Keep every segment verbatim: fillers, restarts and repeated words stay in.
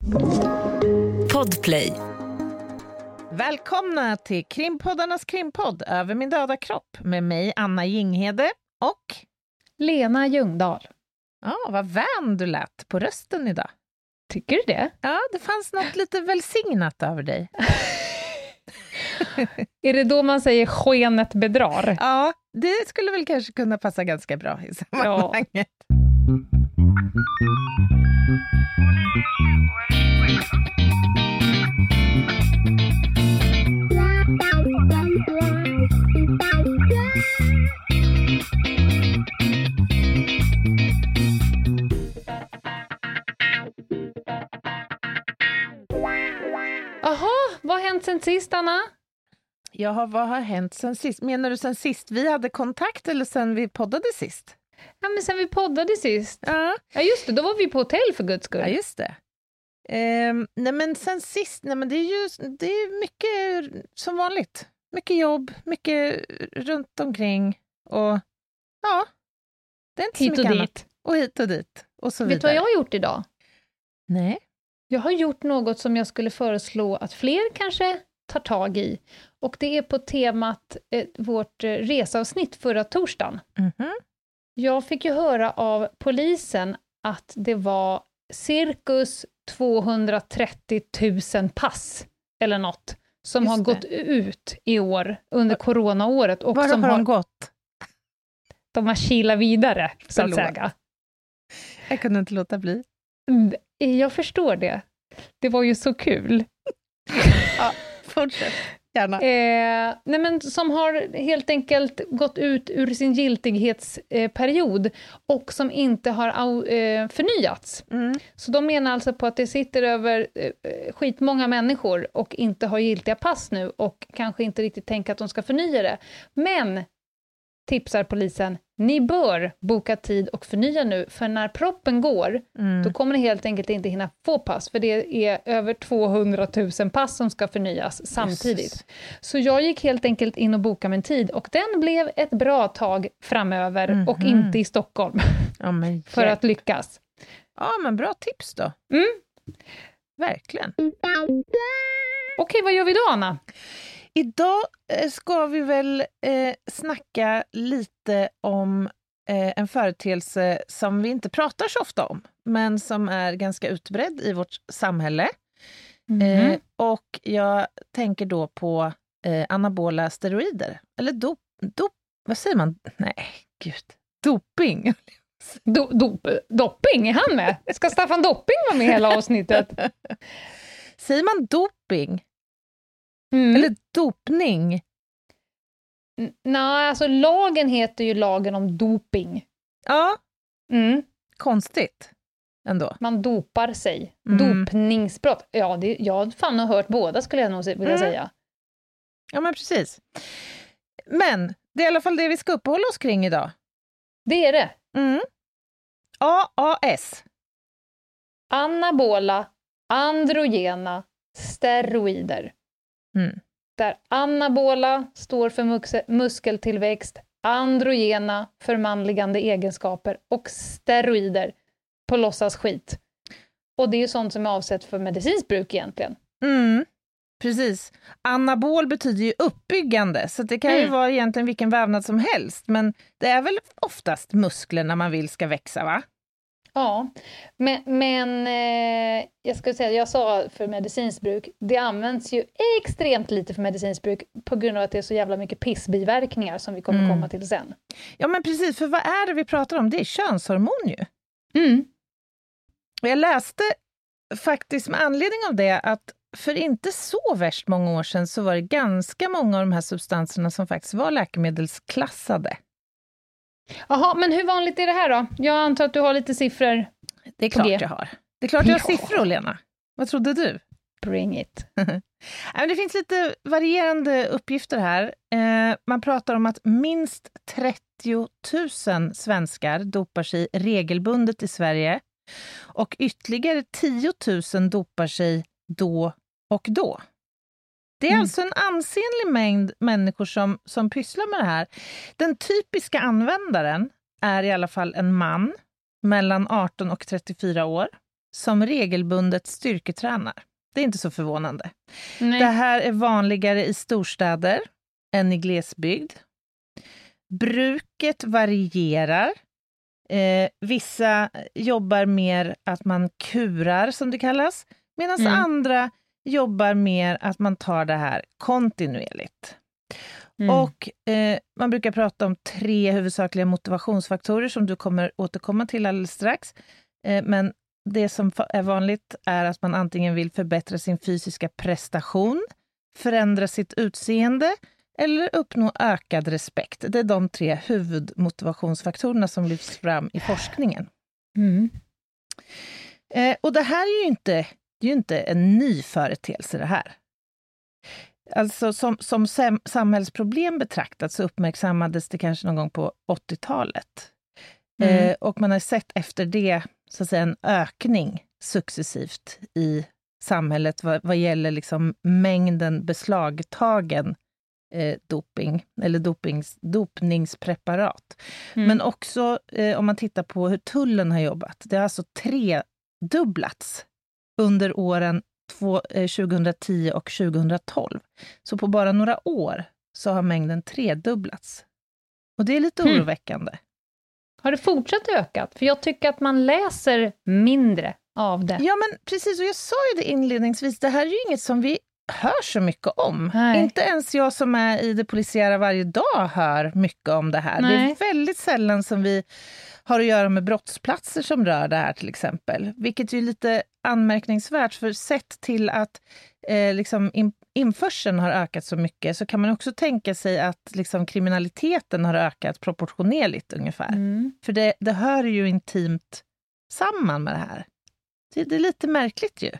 Podplay. Välkomna till Krimpoddarnas krimpodd Över min döda kropp med mig Anna Jinghede och Lena Ljungdahl. Ja, vad vän du lät på rösten idag. Tycker du det? Ja, det fanns något lite välsignat över dig. Är det då man säger skenet bedrar? Ja, det skulle väl kanske kunna passa ganska bra i sammanhanget. Ja. Jaha, vad har hänt sen sist, Anna? Ja, vad har hänt sen sist? Menar du sen sist vi hade kontakt eller sen vi poddade sist? Ja, men sen vi poddade sist. Ja, ja just det, då var vi på hotell för guds skull. Ja, just det. Um, nej, men sen sist, nej, men det är ju det är mycket som vanligt. Mycket jobb, mycket runt omkring och ja, det är inte så hit mycket och annat. dit. Och hit och dit. Och så Vet vidare. du vad jag har gjort idag? Nej. Jag har gjort något som jag skulle föreslå att fler kanske tar tag i. Och det är på temat eh, vårt eh, reseavsnitt förra torsdagen. Mm-hmm. Jag fick ju höra av polisen att det var cirkus tvåhundratrettio tusen pass eller något som Just har det. gått ut i år under Var, coronaåret. Och var som har har de gått? De har kilat vidare, så Förlåt. att säga. Jag kunde inte låta bli. Jag förstår det. Det var ju så kul. Ja, fortsätt. Gärna. Eh, nej men som har helt enkelt gått ut ur sin giltighetsperiod och som inte har eh, förnyats. Mm. Så de menar alltså på att det sitter över eh, skitmånga människor och inte har giltiga pass nu och kanske inte riktigt tänker att de ska förnya det. Men, tipsar polisen, ni bör boka tid och förnya nu, för när proppen går, Mm. då kommer ni helt enkelt inte hinna få pass, för det är över tvåhundratusen pass som ska förnyas samtidigt. Yes. Så jag gick helt enkelt in och bokade min tid, och den blev ett bra tag framöver, Mhm. och inte i Stockholm, Ja, men för hjälp. att lyckas. Ja, men bra tips då. Mm. Verkligen. Okej, vad gör vi då, Anna? Idag eh, ska vi väl eh, snacka lite om eh, en företeelse som vi inte pratar så ofta om, men som är ganska utbredd i vårt samhälle. Mm. Eh, och jag tänker då på eh, anabola steroider. Eller dop, dop... Vad säger man? Nej, gud. Doping. Do, dop, dopping, är han med? Ska Staffan Dopping vara med hela avsnittet? Säger man doping? Mm. Eller dopning? N- Nej, alltså lagen heter ju lagen om doping. Ja, Mm. konstigt ändå. Man dopar sig. Mm. Dopningsbrott. Ja, det, jag har fan har hört båda, skulle jag nog vilja Mm. säga. Ja, men precis. Men det är i alla fall det vi ska uppehålla oss kring idag. Det är det. Mm. A A S. Anabola, androgena, steroider. Mm. Där anabola står för mus- muskeltillväxt, androgena för manligande egenskaper och steroider på låtsas skit. Och det är ju sånt som är avsett för medicinskt bruk egentligen. Mm. Precis. Anabol betyder ju uppbyggande, så det kan ju Mm. vara egentligen vilken vävnad som helst, men det är väl oftast musklerna man vill ska växa, va? Ja, men, men eh, jag ska säga, jag sa för medicinskt bruk, det används ju extremt lite för medicinskt bruk på grund av att det är så jävla mycket pissbiverkningar som vi kommer Mm. komma till sen. Ja, men precis, för vad är det vi pratar om? Det är könshormon ju. Mm. Och jag läste faktiskt med anledning av det att för inte så värst många år sedan så var det ganska många av de här substanserna som faktiskt var läkemedelsklassade. Jaha, men hur vanligt är det här då? Jag antar att du har lite siffror. Det är På klart G. jag har. Det är klart jag har Ja. siffror, Lena. Vad trodde du? Bring it. Nej, men det finns lite varierande uppgifter här. Eh, man pratar om att minst trettio tusen svenskar dopar sig regelbundet i Sverige och ytterligare tio tusen dopar sig då och då. Det är Mm. alltså en ansenlig mängd människor som, som pysslar med det här. Den typiska användaren är i alla fall en man mellan arton och trettiofyra år som regelbundet styrketränar. Det är inte så förvånande. Nej. Det här är vanligare i storstäder än i glesbygd. Bruket varierar. Eh, vissa jobbar mer att man kurar, som det kallas, medan Mm. andra jobbar mer att man tar det här kontinuerligt. Mm. Och eh, man brukar prata om tre huvudsakliga motivationsfaktorer som du kommer återkomma till alldeles strax. Eh, men det som är vanligt är att man antingen vill förbättra sin fysiska prestation, förändra sitt utseende eller uppnå ökad respekt. Det är de tre huvudmotivationsfaktorerna som lyfts fram i forskningen. Mm. Eh, och det här är ju inte, det är ju inte en ny företeelse det här. Alltså som, som sam- samhällsproblem betraktat så uppmärksammades det kanske någon gång på åttiotalet. Mm. Eh, och man har sett efter det så att säga en ökning successivt i samhället vad, vad gäller liksom mängden beslagtagen eh, doping eller dopings, dopningspreparat. Mm. Men också eh, om man tittar på hur tullen har jobbat. Det har alltså tredubblats under åren två, eh, tjugohundratio och tjugohundratolv. Så på bara några år så har mängden tredubblats. Och det är lite Mm. oroväckande. Har det fortsatt ökat? För jag tycker att man läser mindre av det. Ja, men precis. Och jag sa ju det inledningsvis. Det här är ju inget som vi hör så mycket om. Nej. Inte ens jag som är i det polisiära varje dag hör mycket om det här. Nej. Det är väldigt sällan som vi har att göra med brottsplatser som rör det här till exempel. Vilket är ju lite anmärkningsvärt, för sett till att eh, liksom in, införseln har ökat så mycket så kan man också tänka sig att liksom, kriminaliteten har ökat proportionerligt ungefär. Mm. För det, det hör ju intimt samman med det här. Det, det är lite märkligt ju.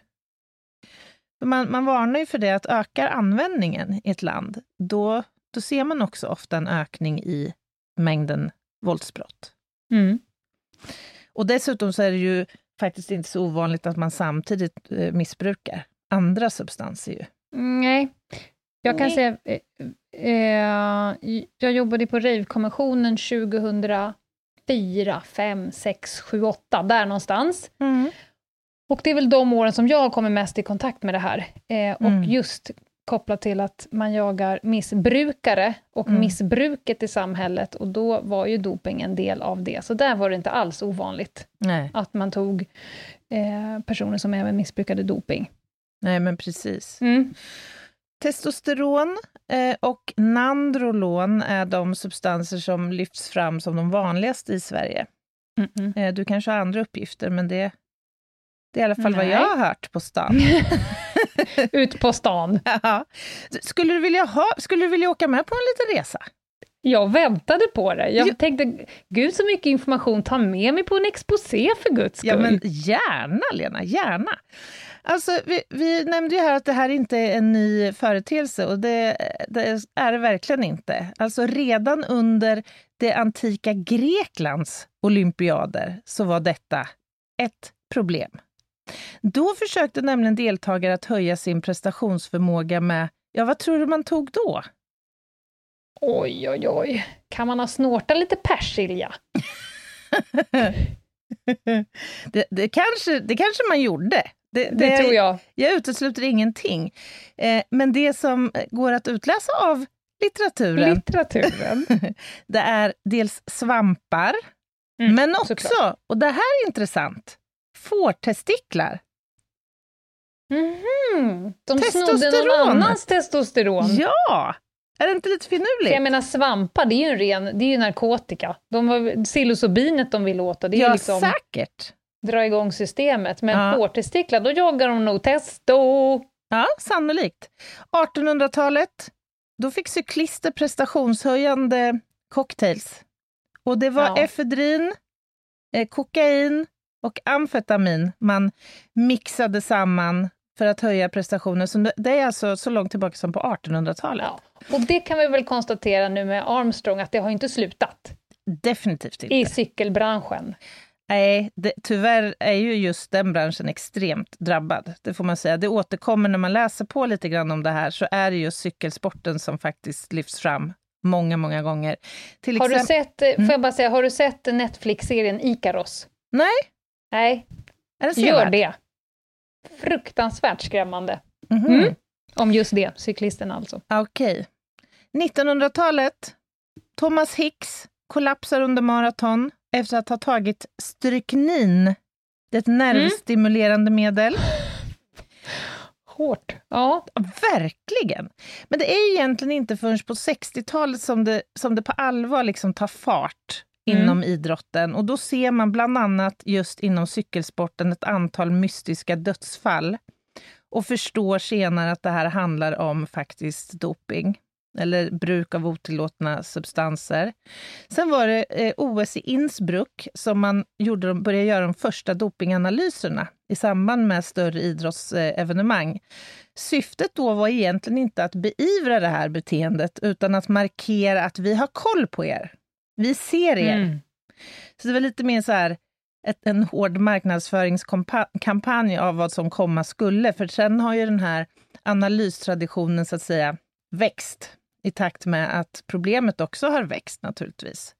Man, man varnar ju för det, att ökar användningen i ett land, då, då ser man också ofta en ökning i mängden våldsbrott. Mm. Och dessutom så är det ju faktiskt inte så ovanligt att man samtidigt eh, missbrukar andra substanser ju. Nej, jag kan Nej. säga, eh, eh, jag jobbade på Rave-kommissionen tjugohundrafyra, fem, sex, sju, åtta, där någonstans. Mm. Och det är väl de åren som jag har kommit mest i kontakt med det här. Eh, och Mm. just kopplat till att man jagar missbrukare och Mm. missbruket i samhället. Och då var ju doping en del av det. Så där var det inte alls ovanligt Nej. att man tog eh, personer som även missbrukade doping. Nej, men precis. Mm. Testosteron eh, och nandrolon är de substanser som lyfts fram som de vanligaste i Sverige. Mm-mm. Eh, du kanske har andra uppgifter, men det, det är i alla fall vad Nej. jag har hört på stan. Ut på stan. Ja. Skulle du vilja ha, skulle du vilja åka med på en liten resa? Jag väntade på det. Jag Ja. tänkte, gud så mycket information, ta med mig på en exposé för guds skull. Ja, men gärna, Lena, gärna. Alltså, vi, vi nämnde ju här att det här inte är en ny företeelse, och det, det är det verkligen inte. Alltså redan under det antika Greklands olympiader så var detta ett problem. Då försökte nämligen deltagare att höja sin prestationsförmåga med, ja, vad tror du man tog då? Oj, oj, oj. Kan man ha snortat lite persilja? det, det, kanske, det kanske man gjorde. Det, Det, det tror jag. Jag utesluter ingenting. Eh, men det som går att utläsa av litteraturen, Litteraturen. det är dels svampar, Mm, men också, såklart. och det här är intressant, fårtestiklar. Mhm. De Testosteron. snodde någon annans testosteron. Ja! Är det inte lite För finurligt? jag menar, svampar, det är ju en ren, det är ju narkotika. De var psilocybinet de vill åt, och det är Ja, ju liksom säkert. dra igång systemet. Men Ja. fårtestiklar, då jagar de nog testo. Ja, sannolikt. artonhundratalet, då fick cyklister prestationshöjande cocktails. Och det var Ja. efedrin, eh, kokain och amfetamin man mixade samman för att höja prestationen. Så det är alltså så långt tillbaka som på artonhundratalet. Ja. Och det kan vi väl konstatera nu med Armstrong, att det har inte slutat Definitivt inte. i cykelbranschen. Nej, det, tyvärr är ju just den branschen extremt drabbad. Det får man säga. Det återkommer när man läser på lite grann om det här, så är det just cykelsporten som faktiskt lyfts fram många, många gånger. Till Har du exempel... sett, får jag bara säga, har du sett Netflix-serien Ikaros? Nej. Nej. Är det Gör det. Fruktansvärt skrämmande. Mm-hmm. Mm. Om just det, cyklisten alltså. Okej. Okay. nittonhundratalet. Thomas Hicks kollapsar under maraton efter att ha tagit stryknin. Det är ett nervstimulerande mm. medel. Hårt. Ja. Verkligen. Men det är egentligen inte förrän på sextiotalet som det, som det på allvar liksom tar fart mm. inom idrotten. Och då ser man bland annat just inom cykelsporten ett antal mystiska dödsfall. Och förstår senare att det här handlar om faktiskt doping. Eller bruk av otillåtna substanser. Sen var det eh, O S i Innsbruck som man gjorde, började göra de första dopinganalyserna i samband med större idrottsevenemang. Syftet då var egentligen inte att beivra det här beteendet utan att markera att vi har koll på er. Vi ser er. Mm. Så det var lite mer så här ett, en hård marknadsföringskampanj av vad som komma skulle. För sen har ju den här analystraditionen så att säga växt i takt med att problemet också har växt naturligtvis.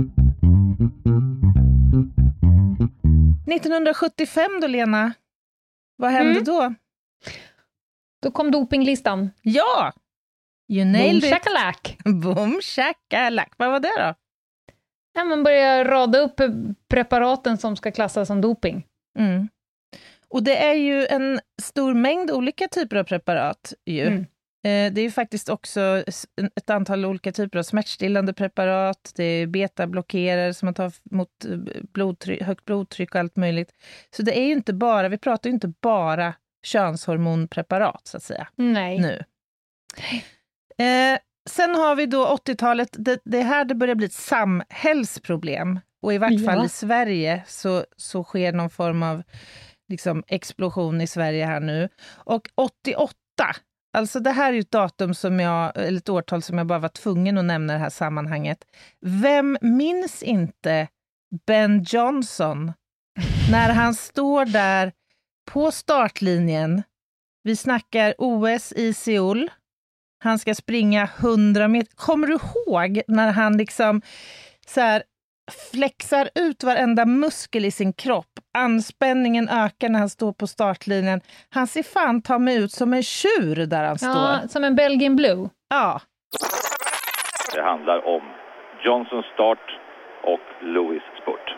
nittonhundrasjuttiofem då, Lena? Vad hände mm. då? Då kom dopinglistan. Ja! You nailed Boom, shakalak. Boom, shakalak. Vad var det då? Ja, man börjar rada upp preparaten som ska klassas som doping. Mm. Och det är ju en stor mängd olika typer av preparat ju. Mm. Det är ju faktiskt också ett antal olika typer av smärtstillande preparat. Det är betablockerare som man tar mot blodtryck, högt blodtryck och allt möjligt. Så det är ju inte bara, vi pratar ju inte bara könshormonpreparat så att säga. Nej. Nu. Eh, sen har vi då åttiotalet, det, det här det börjar bli ett samhällsproblem. Och i vart fall ja. i Sverige så, så sker någon form av liksom, explosion i Sverige här nu. Och åttioåtta, alltså det här är ju ett datum som jag, eller ett årtal som jag bara var tvungen att nämna i det här sammanhanget. Vem minns inte Ben Johnson när han står där på startlinjen? Vi snackar O S i Seoul. Han ska springa hundra meter. Kommer du ihåg när han liksom så här flexar ut varenda muskel i sin kropp? Anspänningen ökar när han står på startlinjen. Han ser fan ta mig ut som en tjur där han ja, står. Som en Belgian Blue. Ja. Det handlar om Johnsons start och Lewis spurt.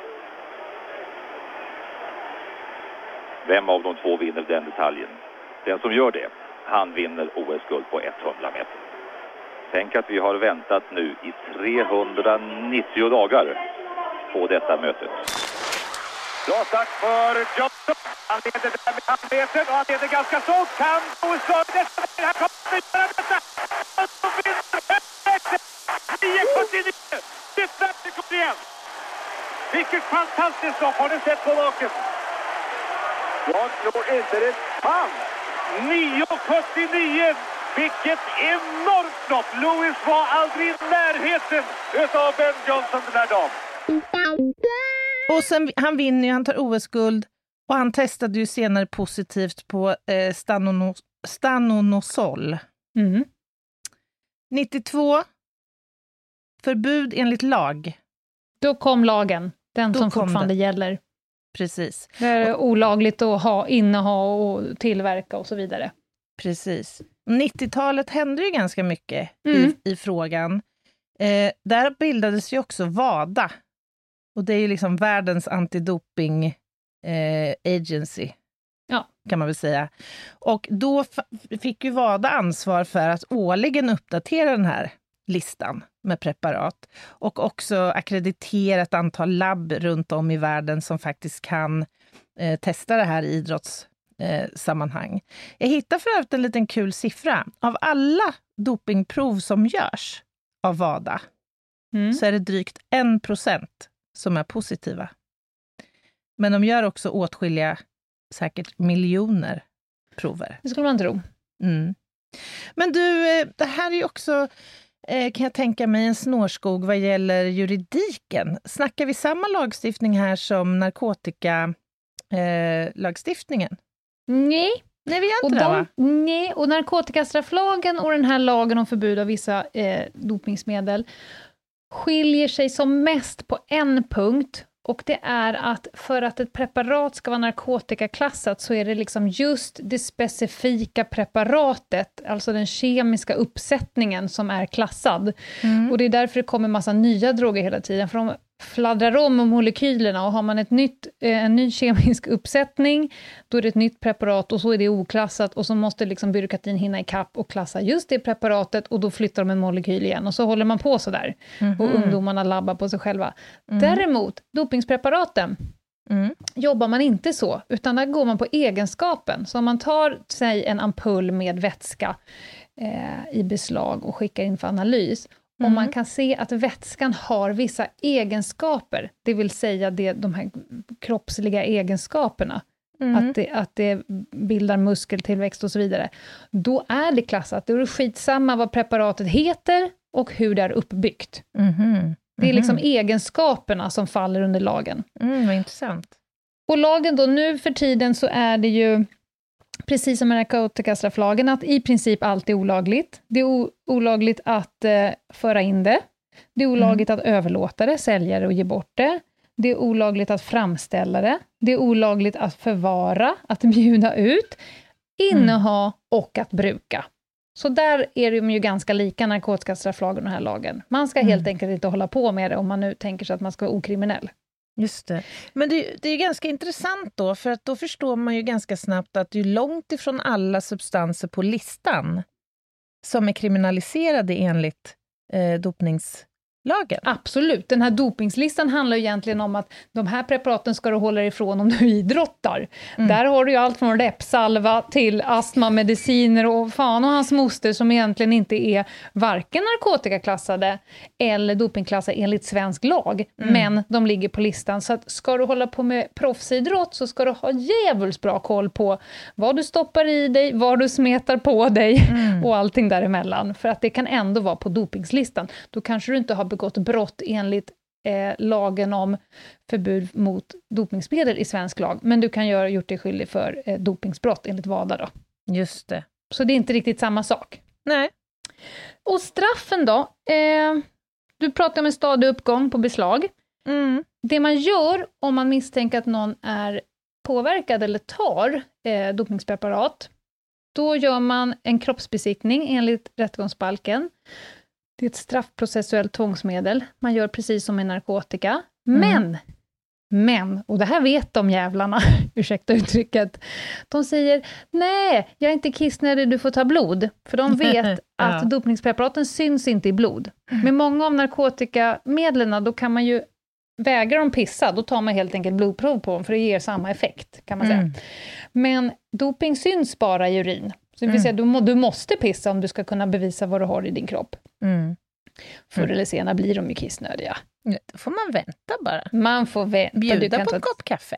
Vem av de två vinner den detaljen? Den som gör det, han vinner O S-guld på etthundra meter. Tänk att vi har väntat nu i trehundranittio dagar på detta mötet. Bra start för Johnson. Han leder där med handleten och han leder ganska så. Kan O S slå detta? Här kommer vi göra detta. Johnson vinner nio sjuttionio. Titta, det kommer igen. Vilket fantastiskt stopp. Har ni sett på laken? Jag tror inte det fanns. nio sjuttionio. Vilket enormt lopp. Lewis var aldrig i närheten utav Ben Johnson den här dagen. Och sen, han vinner ju, han tar O S-guld och han testade ju senare positivt på eh, stanonos, stanonosol. Mm. nittiotvå, förbud enligt lag. Då kom lagen, den Då som fortfarande det. gäller. Precis. Det är och, olagligt att ha, inneha och tillverka och så vidare. Precis. nittiotalet hände ju ganska mycket mm. i, i frågan. Eh, där bildades ju också WADA. Och det är ju liksom världens antidoping eh, agency. Ja. Kan man väl säga. Och då f- fick ju WADA ansvar för att årligen uppdatera den här listan med preparat. Och också akkreditera ett antal labb runt om i världen som faktiskt kan eh, testa det här i idrottssammanhang. Eh, Jag hittar för övrigt en liten kul siffra. Av alla dopingprov som görs av WADA mm. så är det drygt en procent som är positiva. Men de gör också åtskilliga, säkert miljoner prover. Det skulle man tro. Mm. Men du, det här är ju också, kan jag tänka mig, en snårskog vad gäller juridiken. Snackar vi samma lagstiftning här som narkotikalagstiftningen? Nej. Nej, vi gör och inte de, det, va? Nej, och narkotikastrafflagen och den här lagen om förbud av vissa eh, dopningsmedel skiljer sig som mest på en punkt, Och det är att för att ett preparat ska vara narkotikaklassat så är det liksom just det specifika preparatet, alltså den kemiska uppsättningen som är klassad. Mm. Och det är därför det kommer massa nya droger hela tiden, för de fladdrar om molekylerna, och har man ett nytt, en ny kemisk uppsättning, då är det ett nytt preparat och så är det oklassat, och så måste liksom byråkratin hinna i kapp och klassa just det preparatet, och då flyttar de en molekyl igen, och så håller man på så där. Mm-hmm. Och ungdomarna labbar på sig själva. Mm. Däremot, dopingspreparaten mm. jobbar man inte så, utan där går man på egenskapen. Så om man tar sig en ampull med vätska eh, i beslag och skickar in för analys, Mm. och man kan se att vätskan har vissa egenskaper, det vill säga det, de här kroppsliga egenskaperna, mm. att, det, att det bildar muskeltillväxt och så vidare, då är det klassat. Då är det skitsamma vad preparatet heter och hur det är uppbyggt. Mm. Mm. Det är liksom egenskaperna som faller under lagen. Mm, vad intressant. Och lagen då, nu för tiden så är det ju precis som med narkotikastrafflagen, att i princip allt är olagligt. Det är o- olagligt att eh, föra in det. Det är olagligt mm. att överlåta det, sälja det och ge bort det. Det är olagligt att framställa det. Det är olagligt att förvara, att bjuda ut, inneha mm. och att bruka. Så där är de ju ganska lika, narkotikastrafflagen och den här lagen. Man ska mm. helt enkelt inte hålla på med det om man nu tänker sig att man ska vara okriminell. Just det. Men det, det är ganska intressant då, för att då förstår man ju ganska snabbt att det är långt ifrån alla substanser på listan som är kriminaliserade enligt eh, dopningslagen. Absolut. Den här dopingslistan handlar ju egentligen om att de här preparaten ska du hålla ifrån om du idrottar. Mm. Där har du ju allt från repsalva till astmamediciner och fan och hans moster som egentligen inte är varken narkotikaklassade eller dopingklassade enligt svensk lag. Mm. Men de ligger på listan. Så att ska du hålla på med proffsidrott så ska du ha djävulskt bra koll på vad du stoppar i dig, vad du smetar på dig mm. och allting däremellan. För att det kan ändå vara på dopingslistan. Då kanske du inte har begått brott enligt eh, lagen om förbud mot dopningsmedel i svensk lag. Men du kan göra gjort dig skyldig för eh, dopingsbrott enligt VADA då. Just det. Så det är inte riktigt samma sak. Nej. Och straffen då? Eh, du pratar om en stadig uppgång på beslag. Mm. Det man gör om man misstänker att någon är påverkad eller tar eh, dopningspreparat, då gör man en kroppsbesiktning enligt rättegångsbalken. Det är ett straffprocessuellt tvångsmedel. Man gör precis som med narkotika. Mm. Men, men, och det här vet de jävlarna, ursäkta uttrycket, de säger, nej, jag är inte kissnödig, du får ta blod. För de vet ja. att dopningspreparaten syns inte i blod. Mm. Med många av narkotikamedlen, då kan man ju vägra dem pissa, då tar man helt enkelt blodprov på dem, för det ger samma effekt, kan man säga. Mm. Men doping syns bara i urin. Så det vill säga, du, må, du måste pissa om du ska kunna bevisa vad du har i din kropp. Mm. Förr eller senare blir de ju kissnödiga. Då får man vänta bara. Man får vänta. Bjuda du kan på ta... en kopp kaffe.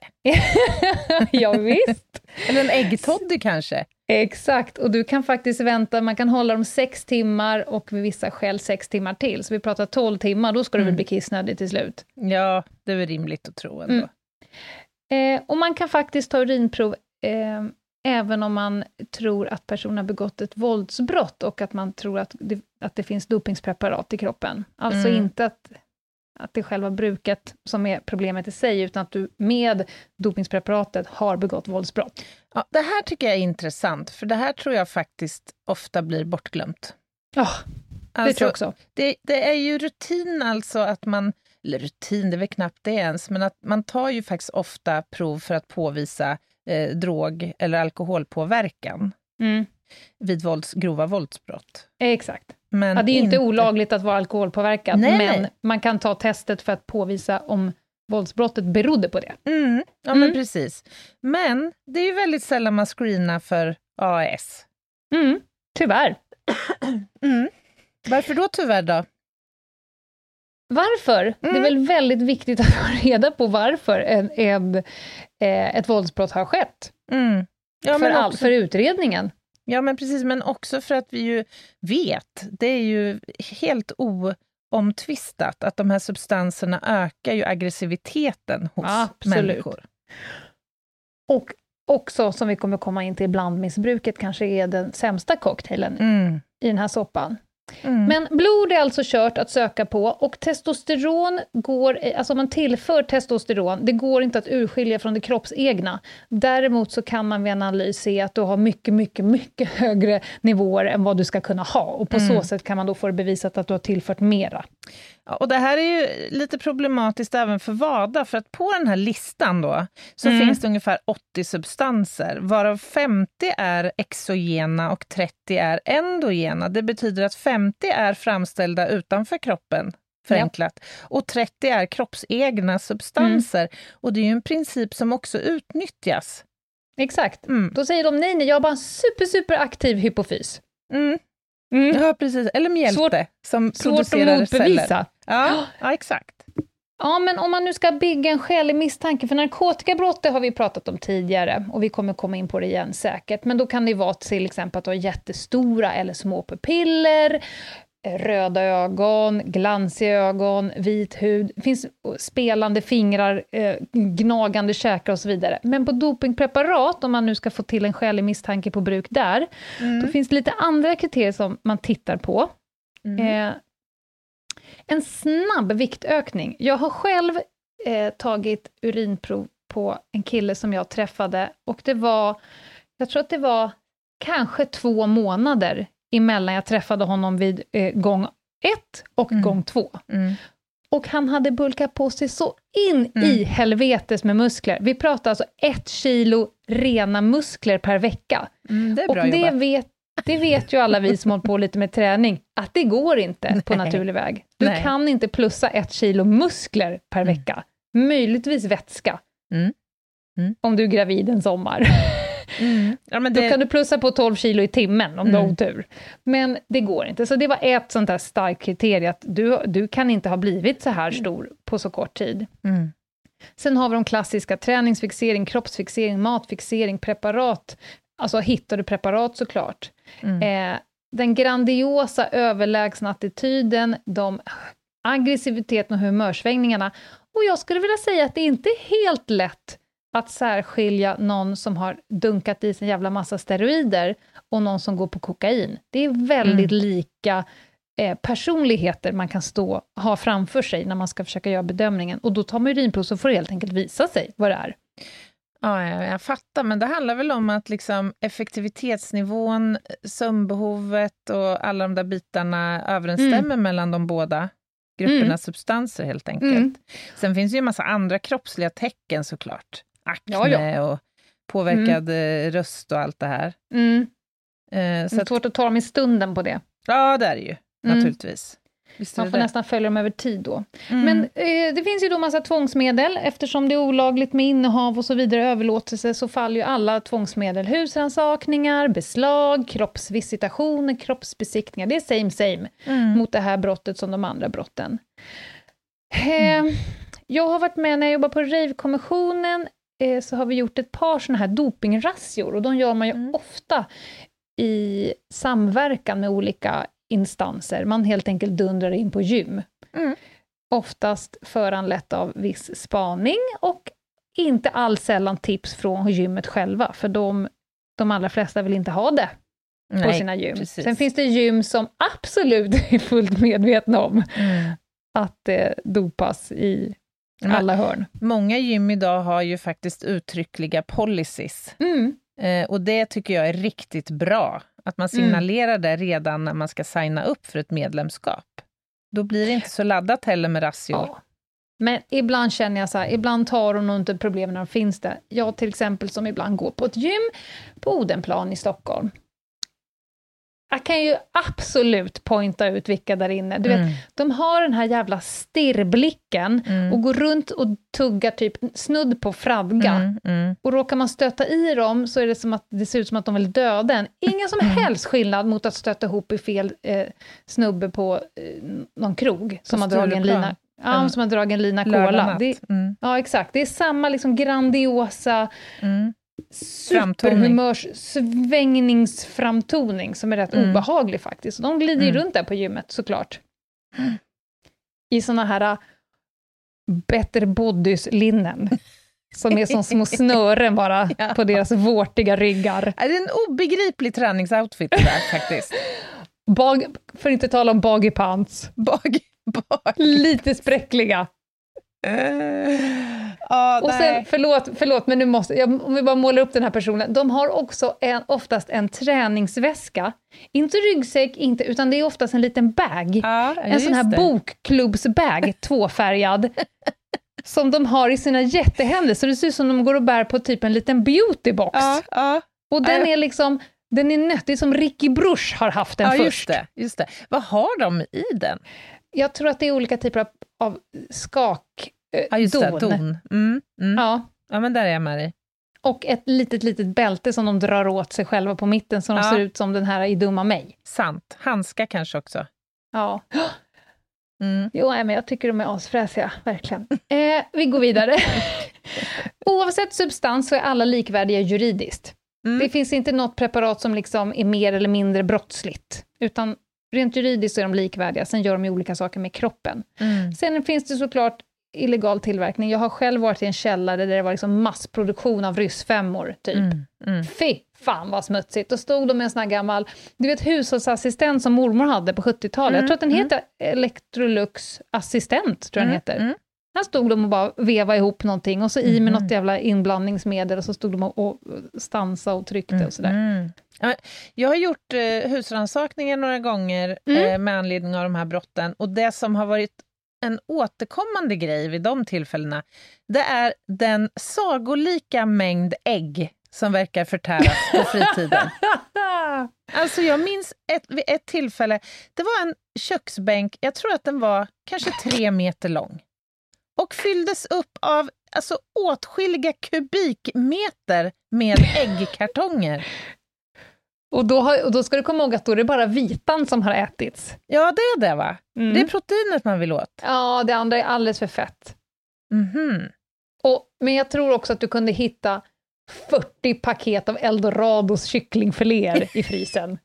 Ja, visst. Eller en äggtoddy kanske. Exakt, och du kan faktiskt vänta, man kan hålla dem sex timmar och vid vissa skäl sex timmar till. Så vi pratar tolv timmar, då ska du mm. väl bli kissnödig till slut. Ja, det är väl rimligt att tro ändå. Mm. Eh, och man kan faktiskt ta urinprov eh, även om man tror att personen har begått ett våldsbrott och att man tror att det, att det finns dopingspreparat i kroppen. Alltså mm. inte att, att det är själva bruket som är problemet i sig, utan att du med dopingspreparatet har begått våldsbrott. Ja, det här tycker jag är intressant, för det här tror jag faktiskt ofta blir bortglömt. Ja, oh, det alltså, tror jag också. Det, det är ju rutin alltså att man, eller rutin, det är väl knappt det ens, men att man tar ju faktiskt ofta prov för att påvisa Eh, drog- eller alkoholpåverkan mm. vid vålds, grova våldsbrott. Exakt. Men ja, det är inte olagligt att vara alkoholpåverkad, nej, men nej. man kan ta testet för att påvisa om våldsbrottet berodde på det. Mm. Ja, mm. men precis. Men det är ju väldigt sällan man screenar för A S. Mm. Tyvärr. Mm. Varför då tyvärr då? Varför? Mm. Det är väl väldigt viktigt att ha reda på varför en, en, eh, ett våldsbrott har skett. Mm. Ja, för, men all, också, för utredningen. Ja, men precis. Men också för att vi ju vet, det är ju helt oomtvistat att de här substanserna ökar ju aggressiviteten hos Absolut. människor. Och också, som vi kommer komma in till, blandmissbruket kanske är den sämsta cocktailen mm. i den här soppan. Mm. Men blod är alltså kört att söka på, och testosteron går, alltså om man tillför testosteron, det går inte att urskilja från det kroppsegna. Däremot så kan man vid en analys se att du har mycket, mycket, mycket högre nivåer än vad du ska kunna ha, och på mm. så sätt kan man då få det bevisat att du har tillfört mera. Ja, och det här är ju lite problematiskt även för WADA, för att på den här listan då så mm. finns det ungefär åttio substanser, varav femtio är exogena och trettio är endogena. Det betyder att femtio är framställda utanför kroppen, förenklat, ja. Och trettio är kroppsegna substanser. Mm. Och det är ju en princip som också utnyttjas. Exakt. Mm. Då säger de nej, nej, jag har bara en super, super aktiv hypofys. Mm. Mm. Ja, precis. Eller mjälte svårt, som producerar celler. Ja, ja, exakt. Ja, men om man nu ska bygga en skälig misstanke, för narkotikabrott har vi pratat om tidigare, och vi kommer komma in på det igen säkert, men då kan det vara till exempel att du har jättestora eller små pupiller, röda ögon, glansiga ögon, vit hud, det finns spelande fingrar, eh, gnagande käkar och så vidare. Men på dopingpreparat, om man nu ska få till en skälig misstanke på bruk där, mm. då finns det lite andra kriterier som man tittar på. Mm. Eh, en snabb viktökning. Jag har själv eh, tagit urinprov på en kille som jag träffade, och det var, jag tror att det var kanske två månader emellan jag träffade honom vid eh, gång ett och mm. gång två. Mm. Och han hade bulkat på sig så in mm. i helvetes med muskler. Vi pratar alltså ett kilo rena muskler per vecka. Mm, det är bra och det jobbat. vet, det vet ju alla vi som håller på lite med träning, att det går inte på naturlig väg. Du Nej. kan inte plussa ett kilo muskler per mm. vecka. Möjligtvis vätska. Mm. Mm. Om du är gravid en sommar. Mm. Ja, men det... Då kan du plussa på tolv kilo i timmen om mm. du har otur. Men det går inte. Så det var ett sånt där starkt kriterie, att du, du kan inte ha blivit så här stor på så kort tid. Mm. Sen har vi de klassiska träningsfixering, kroppsfixering, matfixering, preparat. Alltså hittar du preparat såklart. Mm. Eh, den grandiosa överlägsna attityden, de aggressiviteten och humörsvängningarna. Och jag skulle vilja säga att det inte är helt lätt att särskilja någon som har dunkat i sin jävla massa steroider och någon som går på kokain. Det är väldigt mm. lika eh, personligheter man kan stå ha framför sig när man ska försöka göra bedömningen. Och då tar man urinprov, så får det helt enkelt visa sig vad det är. Ja, jag, jag fattar, men det handlar väl om att liksom effektivitetsnivån, sömnbehovet och alla de där bitarna överensstämmer mm. mellan de båda gruppernas mm. substanser helt enkelt. Mm. Sen finns det ju en massa andra kroppsliga tecken såklart. Akne ja, ja. och påverkad mm. röst och allt det här. Mm. Eh, så det är att, svårt att ta dem i stunden på det. Ja, det är det ju, mm. naturligtvis. Visst Man får det. nästan följa dem över tid då. Mm. Men eh, det finns ju då massa tvångsmedel. Eftersom det är olagligt med innehav och så vidare, överlåtelse, så faller ju alla tvångsmedel. Husrannsakningar, beslag, kroppsvisitationer, kroppsbesiktningar. Det är same same mm. mot det här brottet som de andra brotten. Mm. Eh, jag har varit med när jag jobbar på Rave-kommissionen, eh, så har vi gjort ett par såna här dopingrazzjor. Och de gör man ju mm. ofta i samverkan med olika instanser. Man helt enkelt dundrar in på gym. Mm. Oftast föranlett av viss spaning och inte alls sällan tips från gymmet själva, för de, de allra flesta vill inte ha det Nej, på sina gym. Precis. Sen finns det gym som absolut är fullt medvetna om mm. att det dopas i alla hörn. Många gym idag har ju faktiskt uttryckliga policies. Mm. Eh, och det tycker jag är riktigt bra. Att man signalerar mm. det redan när man ska signa upp för ett medlemskap. Då blir det inte så laddat heller med razzior. Ja. Men ibland känner jag så här, ibland tar de nog inte problem när de finns där. Jag till exempel som ibland går på ett gym på Odenplan i Stockholm. Jag kan ju absolut pointa ut vilka där inne. Du mm. vet, de har den här jävla stirrblicken mm. och går runt och tuggar typ snudd på fradga. Mm. Mm. Och råkar man stöta i dem så är det som att det ser ut som att de vill döda en. Ingen som helst skillnad mot att stöta ihop i fel eh, snubbe på eh, någon krog som har dragit en lina. Ja, mm. som har dragit en lina cola. Det, mm. Ja, exakt. Det är samma liksom grandiosa mm. superhumörs svängningsframtoning som är rätt mm. obehaglig faktiskt. De glider ju mm. runt där på gymmet såklart. Mm. I såna här uh, better bodies linnen som är som små snören bara ja. på deras vårtiga ryggar. Det är en obegriplig träningsoutfit det där faktiskt. Bag, för inte tala om baggy pants. Bag, bag. Lite spräckliga. Uh, ah, och sen, förlåt, förlåt, men nu måste jag, om vi bara målar upp den här personen. De har också en, oftast en träningsväska. Inte ryggsäck, inte, utan det är oftast en liten bag. Ja, en sån här det. bokklubbsbag, tvåfärgad. Som de har i sina jättehänder. Så det ser ut som de går och bär på typ en liten beautybox. Ja, ja. Och den ja, är liksom, den är nöttig som Ricky Bruch har haft den ja, först. Just det, just det. Vad har de i den? Jag tror att det är olika typer av, av skak, eh, ja, just don. Det, don. Mm, mm. Ja. ja, men där är jag med dig. Och ett litet, litet bälte som de drar åt sig själva på mitten, som ja. de ser ut som den här i Dumma mig. Sant. Handskar kanske också. Ja. Mm. Jo, men jag tycker de är asfräsiga, verkligen. Eh, vi går vidare. Oavsett substans så är alla likvärdiga juridiskt. Mm. Det finns inte något preparat som liksom är mer eller mindre brottsligt, utan rent juridiskt är de likvärdiga, sen gör de ju olika saker med kroppen. Mm. Sen finns det såklart illegal tillverkning. Jag har själv varit i en källare där det var liksom massproduktion av ryssfemmor, typ. Mm. Mm. Fy fan vad smutsigt. Då stod de med en sån här gammal, du vet, hushållsassistent som mormor hade på sjuttiotalet. Mm. Jag tror att den mm. heter Electrolux assistent, tror jag mm. den heter. Mm. Här stod de och bara veva ihop någonting och så i med mm. något jävla inblandningsmedel och så stod de och, och stansa och tryckte mm. och sådär. Mm. Jag har gjort eh, husrannsakningar några gånger mm. eh, med anledning av de här brotten, och det som har varit en återkommande grej vid de tillfällena, det är den sagolika mängd ägg som verkar förtäras på fritiden. Alltså jag minns ett, vid ett tillfälle, det var en köksbänk, jag tror att den var kanske tre meter lång. Och fylldes upp av alltså, åtskilliga kubikmeter med äggkartonger. Och då, har, och då ska du komma ihåg att då är det bara vitan som har ätits. Ja, det är det va? Mm. Det är proteinet man vill åt. Ja, det andra är alldeles för fett. Mhm. Och, men jag tror också att du kunde hitta fyrtio paket av Eldorados kycklingfiléer i frysen.